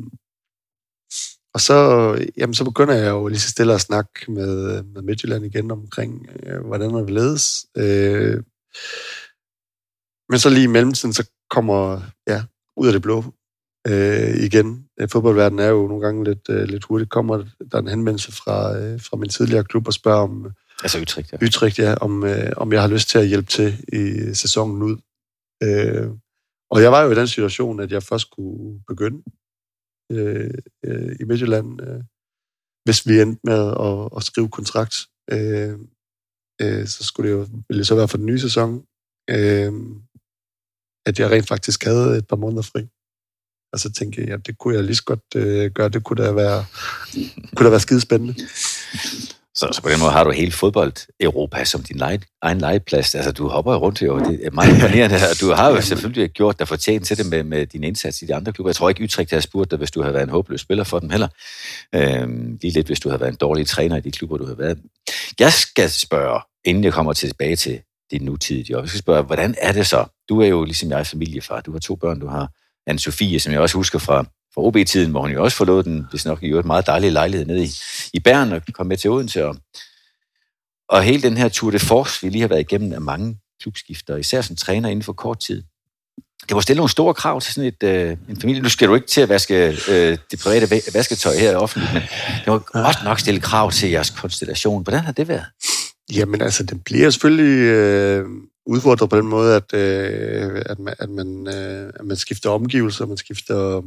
og så, jamen, så begynder jeg jo lige så stille at snakke med, med Midtjylland igen omkring, øh, hvordan man vil ledes. Øh, men så lige i mellemtiden, så kommer, ja, ud af det blå, øh, igen. Fodboldverdenen er jo nogle gange lidt, øh, lidt hurtigt. Kommer der en henvendelse fra, øh, fra min tidligere klub og spørger om... Altså Utrecht, ja. Utrecht, ja. Om, øh, om jeg har lyst til at hjælpe til i sæsonen ud. Øh, og jeg var jo i den situation, at jeg først kunne begynde øh, øh, i Midtjylland, øh, hvis vi endte med at, at skrive kontrakt. Øh, øh, så skulle det jo ville det så være for den nye sæson, øh, at jeg rent faktisk havde et par måneder fri. Og så tænkte jeg, ja, det kunne jeg lige så godt øh, gøre. Det kunne da være, kunne da være skidespændende. Så, så på den måde har du hele fodbold-Europa som din lege, egen legeplads. Altså, du hopper jo rundt jo, det er meget imponerende. Og du har jo selvfølgelig gjort dig fortjent til det med, med din indsats i de andre klubber. Jeg tror ikke, Utrecht havde spurgt dig, hvis du havde været en håbløs spiller for dem heller. Øhm, lige lidt, hvis du havde været en dårlig træner i de klubber, du havde været. Jeg skal spørge, inden jeg kommer tilbage til din nutidige job, jeg skal spørge, hvordan er det så? Du er jo ligesom jeg familiefar. Du har to børn, du har Anne-Sophie, som jeg også husker fra fra O B-tiden, hvor hun jo også forlod den, hvis nok i et meget dejlig lejlighed nede i, i Bern og kom med til Odense. Og, og hele den her Tour de Force, vi lige har været igennem af mange klubskifter, især som træner inden for kort tid. Det var stille nogle store krav til sådan et, øh, en familie. Nu skal du ikke til at vaske øh, det private vasketøj her offentligt, men det var også nok stille krav til jeres konstellation. Hvordan har det været? Jamen altså, det bliver selvfølgelig øh, udfordret på den måde, at, øh, at, man, at, man, øh, at man skifter omgivelser, man skifter...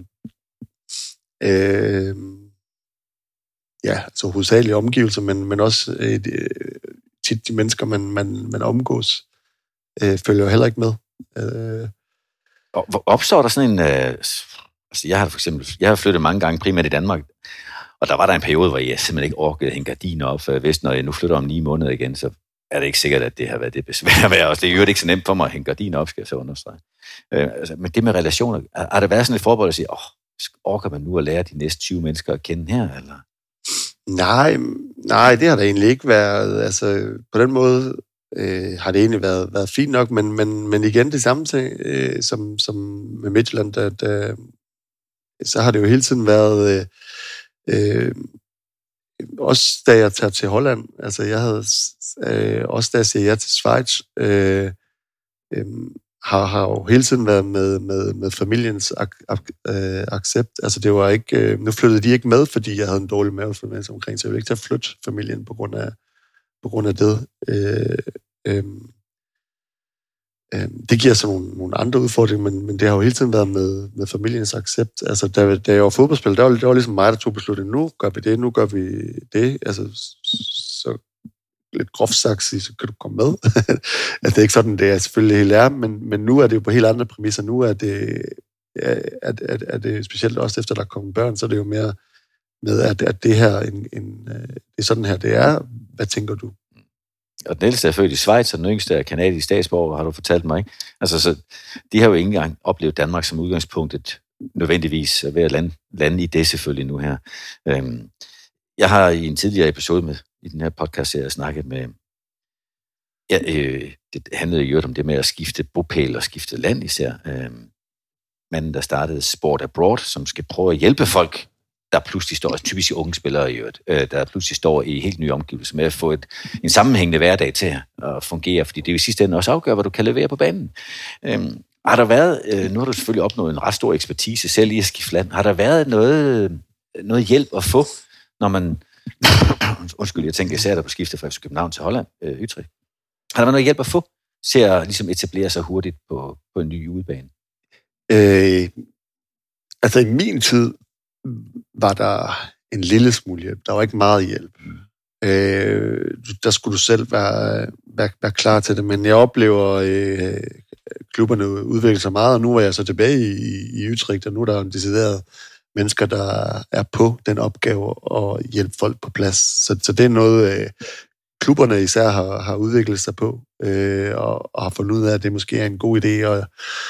Øh, ja, altså hovedsagelige omgivelser, men, men også øh, tit de mennesker, man, man, man omgås, øh, følger jo heller ikke med. Øh. Og opstår der sådan en... Øh, altså jeg har for eksempel... Jeg har flyttet mange gange, primært i Danmark, og der var der en periode, hvor jeg simpelthen ikke orkede at hænge gardiner op, for jeg vidste, når jeg nu flytter om ni måneder igen, så er det ikke sikkert, at det har været det besvær med os. Det er jo ikke så nemt for mig at hænge gardiner op, skal jeg så understrege. Øh, altså, men det med relationer, har der været sådan et forbehold at sige, åh, orker man nu at lære de næste tyve mennesker at kende her, eller? Nej, nej, det har der egentlig ikke været. Altså, på den måde øh, har det egentlig været, været fint nok, men, men, men igen det samme ting, øh, som, som med Midtjylland, at, øh, så har det jo hele tiden været, øh, øh, også da jeg tager til Holland, altså jeg havde, øh, også da jeg siger ja til Schweiz, øh, øh, har, har jo hele tiden været med, med, med familiens ak- ak- øh, accept. Altså det var ikke, øh, nu flyttede de ikke med, fordi jeg havde en dårlig mavefornemmelse omkring, så jeg ville ikke tage at flytte familien på grund af, på grund af det. Øh, øh, øh, det giver så nogle, nogle andre udfordringer, men, men det har jo hele tiden været med, med familiens accept. Altså da, da jeg var fodboldspiller, der var, det var ligesom mig, der tog beslutningen, nu gør vi det, nu gør vi det. Altså så lidt groft sagt, så kan du komme med. Altså, det er ikke sådan, det er selvfølgelig helt er, men, men nu er det jo på helt andre præmisser. Nu er det, er, er, er det specielt også efter, der kommer børn, så er det jo mere med, at, at det her, en, en, det er sådan her, det er. Hvad tænker du? Og den ældste er født i Schweiz, og den yngste er kanadisk statsborger, har du fortalt mig, ikke? Altså, så de har jo ikke engang oplevet Danmark som udgangspunktet, nødvendigvis ved at lande, lande i det selvfølgelig nu her. Øhm, jeg har i en tidligere episode med i den her podcast-serie snakket med, ja, øh, det handlede jo om det med at skifte bopæl og skifte land især. Øh, manden, der startede Sport Abroad, som skal prøve at hjælpe folk, der pludselig står, typisk unge spillere i øvrigt, øh, der pludselig står i helt nye omgivelser med at få et, en sammenhængende hverdag til at fungere, fordi det er jo i sidste ende også afgør, hvad du kan levere på banen. Øh, har der været, øh, nu har du selvfølgelig opnået en ret stor ekspertise selv i at skifte land, har der været noget, noget hjælp at få, når man undskyld, jeg tænker især der på skiftet fra København til Holland, øh, Utrecht. Har der været noget hjælp at få til at ligesom etablere sig hurtigt på, på en ny udebane? Øh, altså i min tid var der en lille smule hjælp. Der var ikke meget hjælp. Mm. Øh, der skulle du selv være, være, være klar til det, men jeg oplever øh, klubberne udvikle sig meget, og nu er jeg så tilbage i, i Utrecht, og nu er der en decideret mennesker, der er på den opgave at hjælpe folk på plads. Så, så det er noget, øh, klubberne især har, har udviklet sig på, øh, og, og har fundet ud af, at det måske er en god idé, og,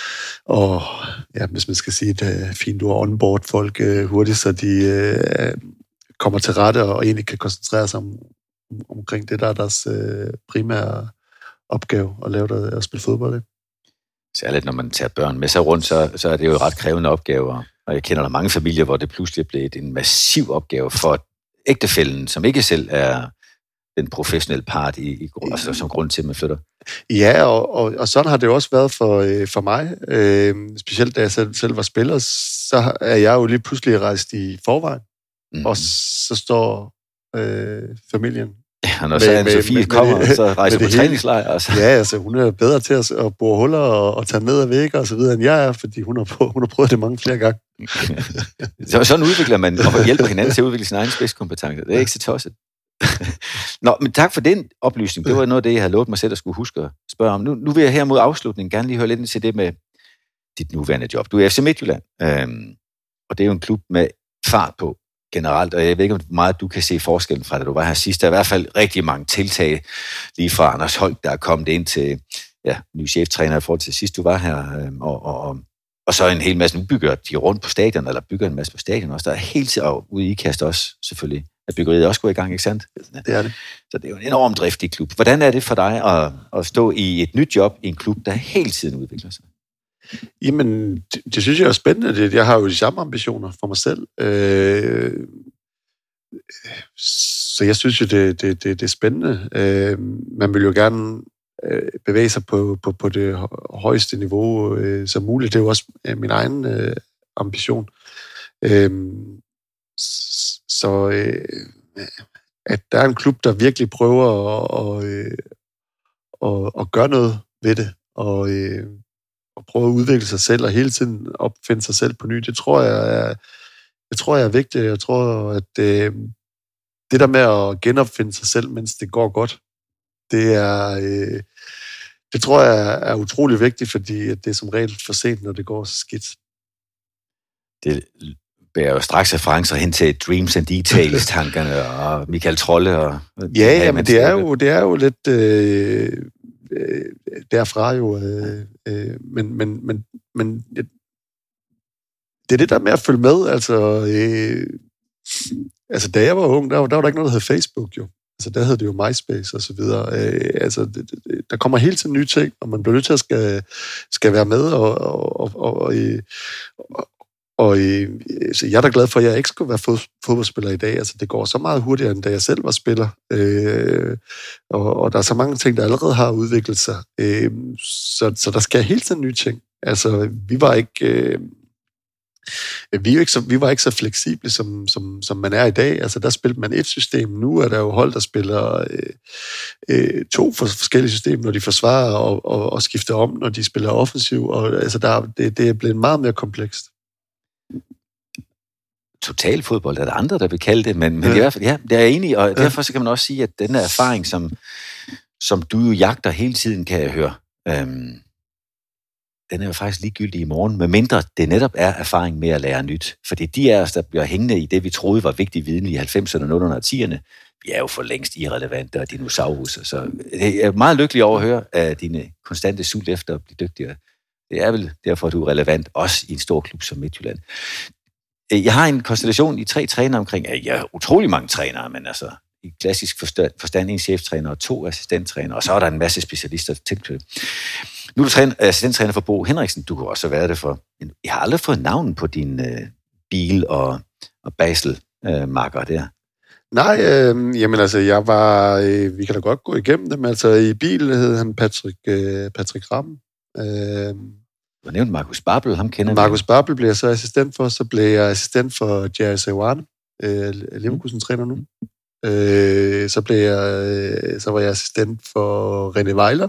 og ja, hvis man skal sige et fint ord, onboard folk øh, hurtigt, så de øh, kommer til rette og egentlig kan koncentrere sig om, omkring det, der er deres øh, primære opgave, at lave det, at spille fodbold. Særligt når man tager børn med sig rundt, så, så er det jo ret krævende opgaver. Og jeg kender der mange familier, hvor det pludselig er blevet en massiv opgave for ægtefælden, som ikke selv er den professionelle part i, i altså, som grund til, at man flytter. Ja, og, og, og sådan har det også været for, øh, for mig. Øh, specielt da jeg selv, selv var spiller, så er jeg jo lige pludselig rejst i forvejen. Mm. Og så står øh, familien. Ja, når så Anne-Sophie kommer, og så rejser på træningslejr. Altså. Ja, altså hun er bedre til at, at bore huller og, og tage ned ad vægge og så videre, end jeg er, fordi hun har, prøvet, hun har prøvet det mange flere gange. så, sådan udvikler man, og hjælper hinanden til at udvikle sine egne spidskompetencer. Det er ikke så tosset. Nå, men tak for den oplysning. Det var noget af det, jeg havde lovet mig selv at skulle huske at spørge om. Nu, nu vil jeg her mod afslutningen gerne lige høre lidt til det med dit nuværende job. Du er F C Midtjylland, øhm, og det er jo en klub med fart på generelt, og jeg ved ikke, hvor meget du kan se forskellen fra, da du var her sidst. Der er i hvert fald rigtig mange tiltag, lige fra Anders Holk, der er kommet ind til ja, ny cheftræner i forhold til sidst, du var her, øhm, og, og, og, og så en hel masse, nu bygger de rundt på stadion, eller bygger en masse på stadion også. Der er helt til, og ude i IKAST også, selvfølgelig, at byggeriet også går i gang, ikke sandt? Det er det. Så det er jo en enorm driftig klub. Hvordan er det for dig at, at stå i et nyt job i en klub, der hele tiden udvikler sig? Jamen, det, det synes jeg er spændende. Det, jeg har jo de samme ambitioner for mig selv. Øh, så jeg synes jo, det, det, det, det er spændende. Øh, man vil jo gerne øh, bevæge sig på, på, på det højeste niveau øh, som muligt. Det er jo også min egen øh, ambition. Øh, så øh, at der er en klub, der virkelig prøver at, at, at, at gøre noget ved det, og øh, og prøve at udvikle sig selv, og hele tiden opfinde sig selv på ny, det tror jeg er, jeg tror, jeg er vigtigt. Jeg tror, at øh, det der med at genopfinde sig selv, mens det går godt, det er, øh, det tror jeg er utrolig vigtigt, fordi det er som regel for sent, når det går så skidt. Det bærer jo straks referencer hen til Dreams and Details-tankerne, og Michael Trolle. Og, ja, ja, men det er jo, det er jo lidt... Øh, derfra jo, øh, øh, men, men, men, men det er det der med at følge med, altså, øh, altså da jeg var ung, der var der, var der ikke noget, der hed Facebook jo, altså der hed det jo MySpace og så videre, øh, altså det, det, der kommer hele tiden nye ting, og man bliver nødt til at skal, skal være med, og, og, og, og, og, og Og øh, så jeg er da glad for, at jeg ikke skulle være fodboldspiller i dag. Altså, det går så meget hurtigere, end da jeg selv var spiller. Øh, og, og der er så mange ting, der allerede har udviklet sig. Øh, så, så der skal hele tiden nye ting. Altså, vi var ikke... Øh, vi, var ikke så, vi var ikke så fleksible, som, som, som man er i dag. Altså, der spiller man et system. Nu er der jo hold, der spiller øh, øh, to forskellige systemer, når de forsvarer, og, og, og skifter om, når de spiller offensiv. Og, altså, der, det, det er blevet meget mere komplekst. Totalfodbold er der andre, der vil kalde det, men, men ja. Det er i hvert fald, ja, det er jeg enig i, og ja. Derfor så kan man også sige, at den her erfaring, som, som du jo jagter hele tiden, kan jeg høre, øhm, den er jo faktisk ligegyldig i morgen, medmindre det netop er erfaring med at lære nyt. Fordi de af os, der bliver hængende i det, vi troede var vigtig viden i halvfemserne og nullerne og tierne, vi er jo for længst irrelevante og dinosauruser. Så jeg er meget lykkelig over at høre af dine konstante sult efter at blive dygtigere. Det er vel derfor, du er relevant, også i en stor klub som Midtjylland. Jeg har en konstellation i tre trænere omkring, ja, jeg har utrolig mange trænere, men altså i klassisk forstand, forstand en cheftræner og to assistenttræner, og så er der en masse specialister tilknyttet. Nu er du træner, assistenttræner for Bo Henriksen, du kunne også have været det for. Jeg har aldrig fået navn på din øh, bil- og, og Basel-makker øh, der. Nej, øh, jamen altså, jeg var, øh, vi kan da godt gå igennem dem, altså i bil hed han Patrick, øh, Patrick Ram. Øh, Du har nævnt Markus Babbel, ham kender Markus Babbel bliver så assistent for, så blev jeg assistent for Jerry Seoane, øh, Leverkusen-træner nu. Øh, så blev jeg, øh, så var jeg assistent for René Weiler,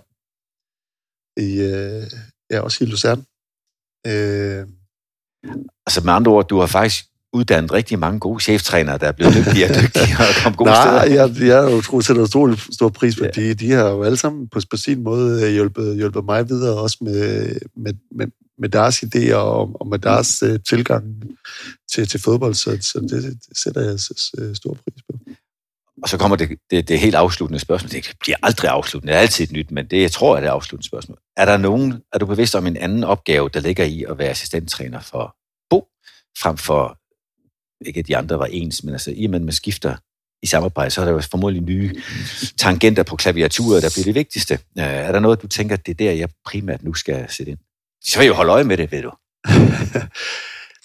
i, øh, ja, også i Lucerne. Øh, altså med andre ord, du har faktisk uddannet rigtig mange gode cheftrænere, der er blevet dygtigere og dygtigere og kommet gode Nej, steder. Nej, jeg, jeg jo sætter stor, stor pris på, ja. de, de har jo alle sammen på, på sin måde hjulpet, hjulpet mig videre, også med, med, med, med deres idéer og, og med deres uh, tilgang til, til fodbold, så, så det, det sætter jeg stor pris på. Og så kommer det, det, det helt afsluttende spørgsmål. Det bliver aldrig afsluttende, det er altid et nyt, men det jeg tror er det afsluttende spørgsmål. Er der nogen, er du bevidst om en anden opgave, der ligger i at være assistenttræner for Bo, frem for ikke at de andre var ens, men altså i og med, man skifter i samarbejde, så er der jo formodentlig nye tangenter på klaviaturet, der bliver det vigtigste. Er der noget, du tænker, at det er der, jeg primært nu skal sætte ind? Så vil jeg jo holde øje med det, ved du.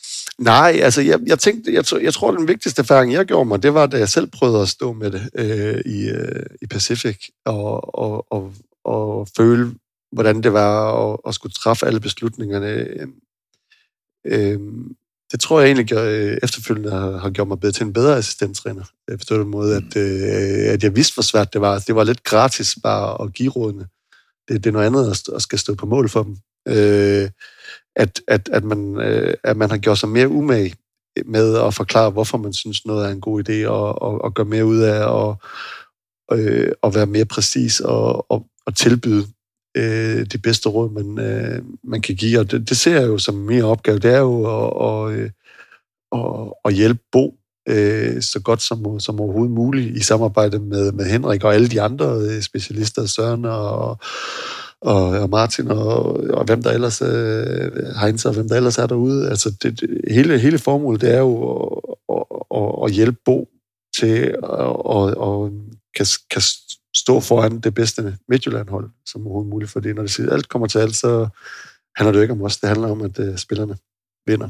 Nej, altså jeg, jeg tænkte, jeg, jeg tror, den vigtigste erfaring, jeg gjorde mig, det var, da jeg selv prøvede at stå med det øh, i, øh, i Pacific, og, og, og, og føle, hvordan det var at, at skulle træffe alle beslutningerne. Øh, øh, det tror jeg egentlig gør, efterfølgende har, har gjort mig bedre til en bedre assistenttræner. Jeg forstår den måde, at, øh, at jeg vidste, hvor svært det var. Det var lidt gratis bare at give rådene. Det, det er noget andet at, at skal stå på mål for dem. Øh, at, at, at, man, øh, at man har gjort sig mere umage med at forklare, hvorfor man synes, noget er en god idé, og, og, og gøre mere ud af, og, øh, og være mere præcis, og, og, og tilbyde øh, de bedste råd, man, øh, man kan give. Og det, det ser jeg jo som min opgave, det er jo at, at, at, at hjælpe Bo øh, så godt som, som overhovedet muligt i samarbejde med, med Henrik og alle de andre specialister, Søren og Og, og Martin, og, og hvem der ellers øh, Heinz, og hvem der ellers er derude. Altså, det, det, hele, hele formålet, det er jo at, at, at hjælpe Bo til at og kan, kan stå foran det bedste Midtjylland-hold, som overhovedet muligt. Fordi når det siger, alt kommer til alt, så handler det jo ikke om os. Det handler om, at uh, spillerne vinder.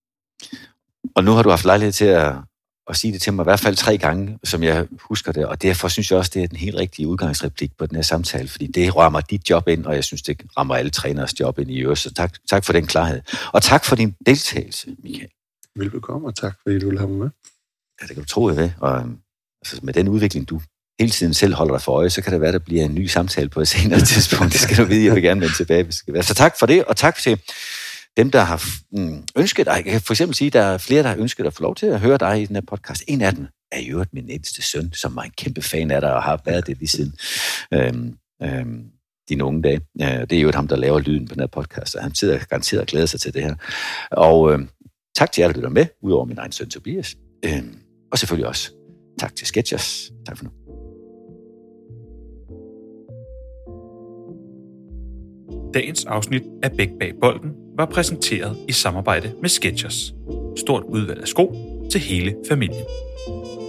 Og nu har du haft lejlighed til at og sige det til mig i hvert fald tre gange, som jeg husker det, og derfor synes jeg også, det er den helt rigtige udgangsreplik på den her samtale, fordi det rammer dit job ind, og jeg synes, det rammer alle træners job ind i øvrigt, så tak, tak for den klarhed. Og tak for din deltagelse, Michael. Velbekomme, og tak fordi du vil have mig med. Ja, det kan du tro, jeg ved, og altså, med den udvikling, du hele tiden selv holder dig for øje, så kan det være, der bliver en ny samtale på et senere tidspunkt. Det skal du vide, jeg vil gerne vende tilbage, hvis det skal være. Så tak for det, og tak til dem, der har ønsket dig. Jeg kan for eksempel sige, at der er flere, der har ønsket at få lov til at høre dig i den her podcast. En af dem er i øvrigt min ældste søn, som var en kæmpe fan af dig, og har været det lige siden øhm, øhm, dine unge dage. Det er jo ham, der laver lyden på den her podcast, og han sidder garanteret og glæder sig til det her. Og øhm, tak til jer, der lytter med, udover min egen søn Tobias. Øhm, og selvfølgelig også tak til Sketchers. Tak for nu. Dagens afsnit af Bæk bag bolden var præsenteret i samarbejde med Sketchers. Stort udvalg af sko til hele familien.